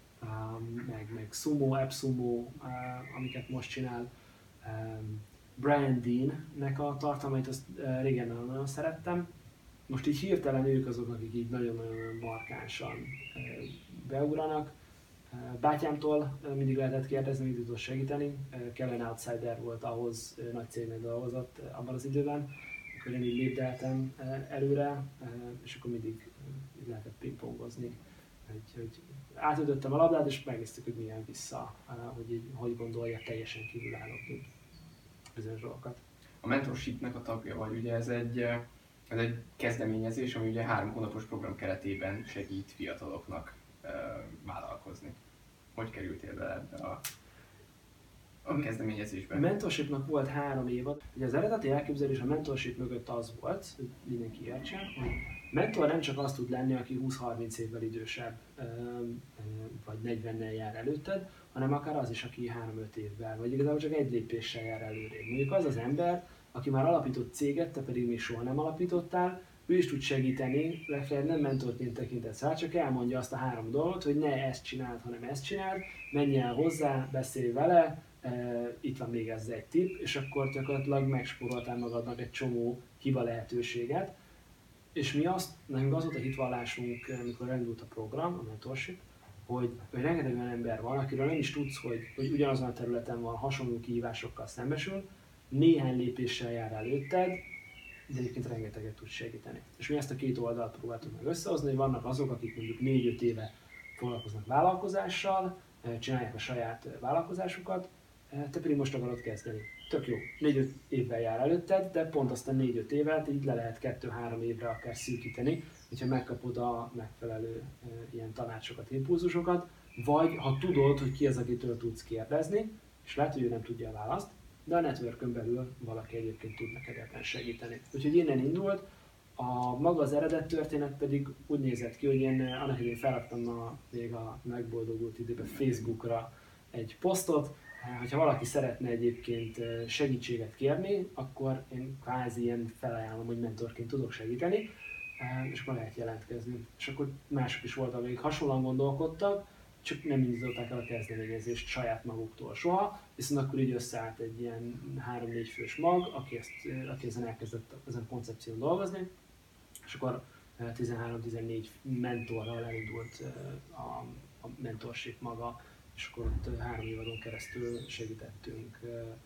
meg Sumo, AppSumo, amiket most csinál, Brian Dean-nek a tartalmait, azt régen nagyon szerettem. Most így hirtelen ők azok, akik így nagyon-nagyon markánsan beugranak. Bátyámtól mindig lehetett kérdezni, mit tudott segíteni. Kellen Outsider volt ahhoz, nagy cégnél dolgozott abban az időben, akkor én így lépdeltem előre, és akkor mindig lehetett pingpongozni. Hogy átütöttem a labdát, és megnéztük, hogy milyen vissza, hogy gondolja teljesen kívülállóként bizonyos dolgokat. A mentorshipnek a tagja vagy, ugye ez egy kezdeményezés, ami ugye 3 hónapos program keretében segít fiataloknak vállalkozni. Hogy kerültél bele ebbe a kezdeményezésbe? A mentorshipnak volt 3 évad. Ugye az eredeti elképzelés a mentorship mögött az volt, hogy mindenki értsen, hogy mentor nem csak azt tud lenni, aki 20-30 évvel idősebb, vagy 40-nel jár előtted, hanem akár az is, aki 3-5 évvel, vagy igazából csak egy lépéssel jár előrébb. Mondjuk az az ember, aki már alapított céget, te pedig még soha nem alapítottál, ő is tud segíteni, legfeljebb nem mentorként tekintetsz rá, csak elmondja azt a 3 dolgot, hogy ne ezt csináld, hanem ezt csináld, menj el hozzá, beszélj vele, itt van még ez egy tipp, és akkor gyakorlatilag megspóroltál magadnak egy csomó hiba lehetőséget. És nekünk az volt a hitvallásunk, amikor elindult a program, a mentorship, hogy rengeteg olyan ember van, akiről nem is tudsz, hogy ugyanazon a területen van, hasonló kihívásokkal szembesül, néhány lépéssel jár előtted, de egyébként rengeteget tud segíteni. És mi ezt a 2 oldalt próbáltuk meg összehozni, hogy vannak azok, akik mondjuk 4-5 éve foglalkoznak vállalkozással, csinálják a saját vállalkozásukat, te pedig most akarod kezdeni. Tök jó, 4-5 évvel jár előtted, de pont azt a 4-5 évet így le lehet 2-3 évre akár szűkíteni, hogyha megkapod a megfelelő ilyen tanácsokat, impulzusokat, vagy ha tudod, hogy ki az, akitől tudsz kérdezni, és lehet, hogy ő nem tudja a választ, de a networkön belül valaki egyébként tud neked ebben segíteni. Úgyhogy innen indult, maga az eredet történet pedig úgy nézett ki, hogy én annak idején felraktam még a megboldogult időben Facebookra egy posztot, hogyha valaki szeretne egyébként segítséget kérni, akkor én kvázi ilyen felajánlom, hogy mentorként tudok segíteni, és akkor lehet jelentkezni. És akkor mások is voltak, akik hasonlóan gondolkodtak, csak nem indították el a kezdeményezést saját maguktól soha, viszont akkor így összeállt egy ilyen 3-4 fős mag, aki ezen elkezdett ezen a koncepción dolgozni, és akkor 13-14 mentorral elindult a mentorship maga, és akkor ott 3 évadon keresztül segítettünk.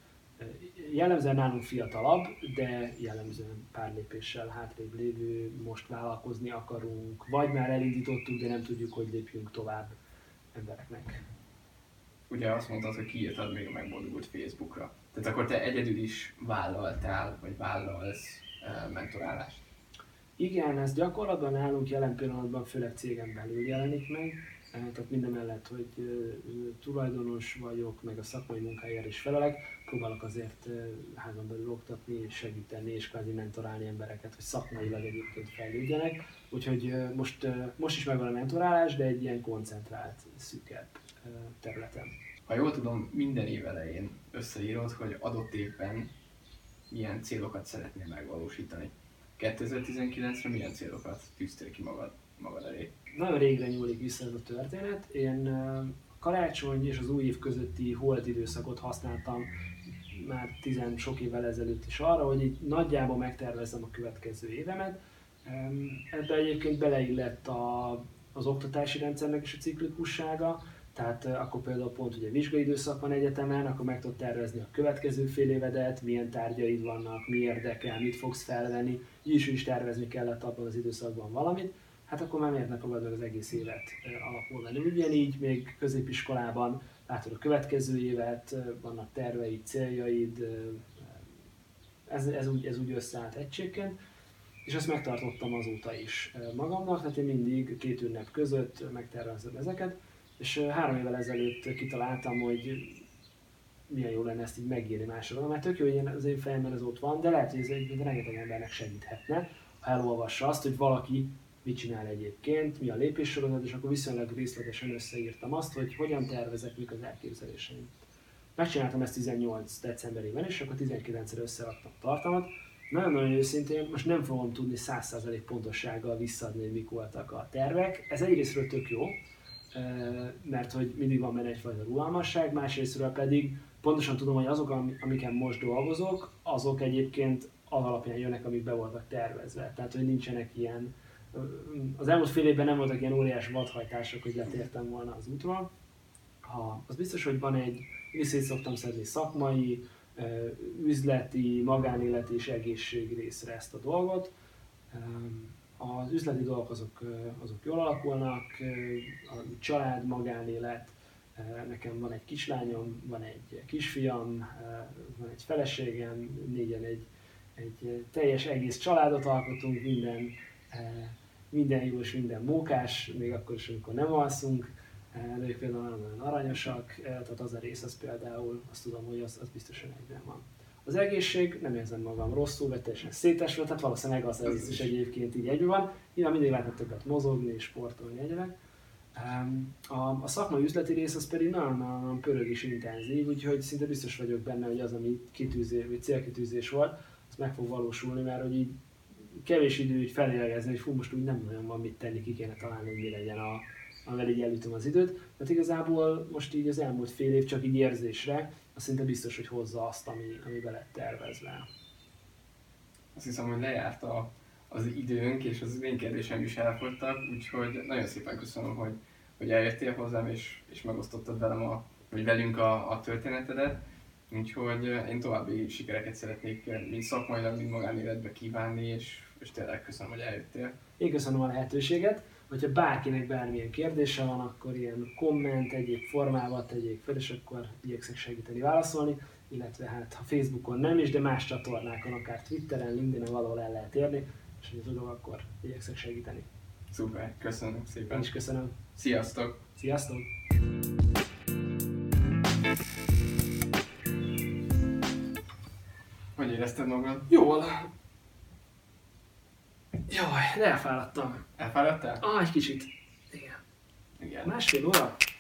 Jellemzően nálunk fiatalabb, de jellemzően pár lépéssel hátrébb lévő, most vállalkozni akarunk, vagy már elindítottuk, de nem tudjuk, hogy lépjünk tovább embereknek. Ugye azt mondtad, hogy kiírtad még a megboldogult Facebookra. Tehát akkor te egyedül is vállaltál, vagy vállalsz mentorálást. Igen, ez gyakorlatban nálunk jelen pillanatban főleg cégen belül jelenik meg, tehát mindemellett, hogy tulajdonos vagyok, meg a szakmai munkájára is felelek, próbálok azért házon belül oktatni, segíteni és kvázi mentorálni embereket, hogy szakmailag egyébként fejlődjenek. Úgyhogy most is megvan a mentorálás, de egy ilyen koncentrált, szűkebb területen. Ha jól tudom, minden év elején összeírod, hogy adott évben milyen célokat szeretnél megvalósítani. 2019-re milyen célokat tűztél ki magad elé? Nagyon régre nyúlik vissza ez a történet. Én a karácsony és az új év közötti holt időszakot használtam már sok évvel ezelőtt is arra, hogy így nagyjából megtervezzem a következő évemet. Ebbe egyébként beleillett az oktatási rendszernek is a ciklikussága, tehát akkor például pont ugye vizsgai időszak van egyetemen, akkor meg tudod tervezni a következő fél évedet, milyen tárgyaid vannak, mi érdekel, mit fogsz felvenni, így is tervezni kellett abban az időszakban valamit, hát akkor már miért ne fogad meg az egész évet alapul venni. Ugyanígy még középiskolában látod a következő évet, vannak terveid, céljaid, ez úgy összeállt egységként, és ezt megtartottam azóta is magamnak, tehát én mindig 2 ünnep között megtervezem ezeket, és 3 évvel ezelőtt kitaláltam, hogy milyen jó lenne ezt így megírni másodon, mert tök jó, hogy az én fejemben ez ott van, de lehet, hogy ez rengeteg embernek segíthetne, ha elolvassa azt, hogy valaki mit csinál egyébként, mi a lépéssorozat, és akkor viszonylag részletesen összeírtam azt, hogy hogyan tervezek, mik az elképzeléseim. Megcsináltam ezt 18 decemberében, és akkor 19-re összeraktam a tartalmat. Nagyon-nagyon őszintén, most nem fogom tudni 100% pontossággal visszaadni, hogy mik voltak a tervek. Ez egyrésztről tök jó, mert hogy mindig van benne egyfajta rugalmasság, másrésztről pedig pontosan tudom, hogy azok, amiken most dolgozok, azok egyébként az alapján jönnek, amik be voltak tervezve. Tehát, hogy nincsenek ilyen, az elmúlt fél évben nem voltak ilyen óriás vadhajtások, hogy letértem volna az útról. Az biztos, hogy van vissza szoktam szedni szakmai, üzleti, magánéleti és egészség részre ezt a dolgot. Az üzleti dolgok azok jól alakulnak, a család, magánélet, nekem van egy kislányom, van egy kisfiam, van egy feleségem, négyen egy teljes egész családot alkotunk, minden jó és minden mókás, még akkor is, amikor nem alszunk, de ők például nagyon aranyosak, tehát az a rész az például, azt tudom, hogy az biztosan egyben van. Az egészség, nem érzem magam rosszul, vagy teljesen szétesve, tehát valószínűleg az rész is egyébként így egyben van. Nyilván mindig lehetne többet mozogni és sportolni egyébként. A szakmai üzleti rész az pedig nagyon pörög és intenzív, úgyhogy szinte biztos vagyok benne, hogy az, ami célkitűzés volt, az meg fog valósulni, mert hogy így kevés idő így felélegezni, hogy fú, most úgy nem nagyon van mit tenni, ki kéne találni, hogy mi legyen amivel így elütöm az időt. Tehát igazából most így az elmúlt fél év csak így érzésre, azt szinte biztos, hogy hozza azt, ami be lett tervezve. Azt hiszem, hogy lejárt az időnk, és az én kérdéseim is elfogytak, úgyhogy nagyon szépen köszönöm, hogy eljöttél hozzám, és megosztottad velünk a történetedet. Úgyhogy én további sikereket szeretnék mind szakmailag, mind magánéletbe kívánni, és tényleg köszönöm, hogy eljöttél. Én köszönöm a lehetőséget. Hogyha bárkinek bármilyen kérdése van, akkor ilyen komment, egyéb formával tegyék fel, és akkor igyekszek segíteni, válaszolni. Illetve hát ha Facebookon nem is, de más csatornákon, akár Twitteren, LinkedIn-en valahol el lehet érni, és ha tudok, akkor igyekszek segíteni. Szuper, köszönöm szépen. Én is köszönöm. Sziasztok! Sziasztok! Hogy érezted magad? Jól. Jaj, de elfáradtam. Elfáradtál? Egy kicsit. Igen. Igen. Másfél óra?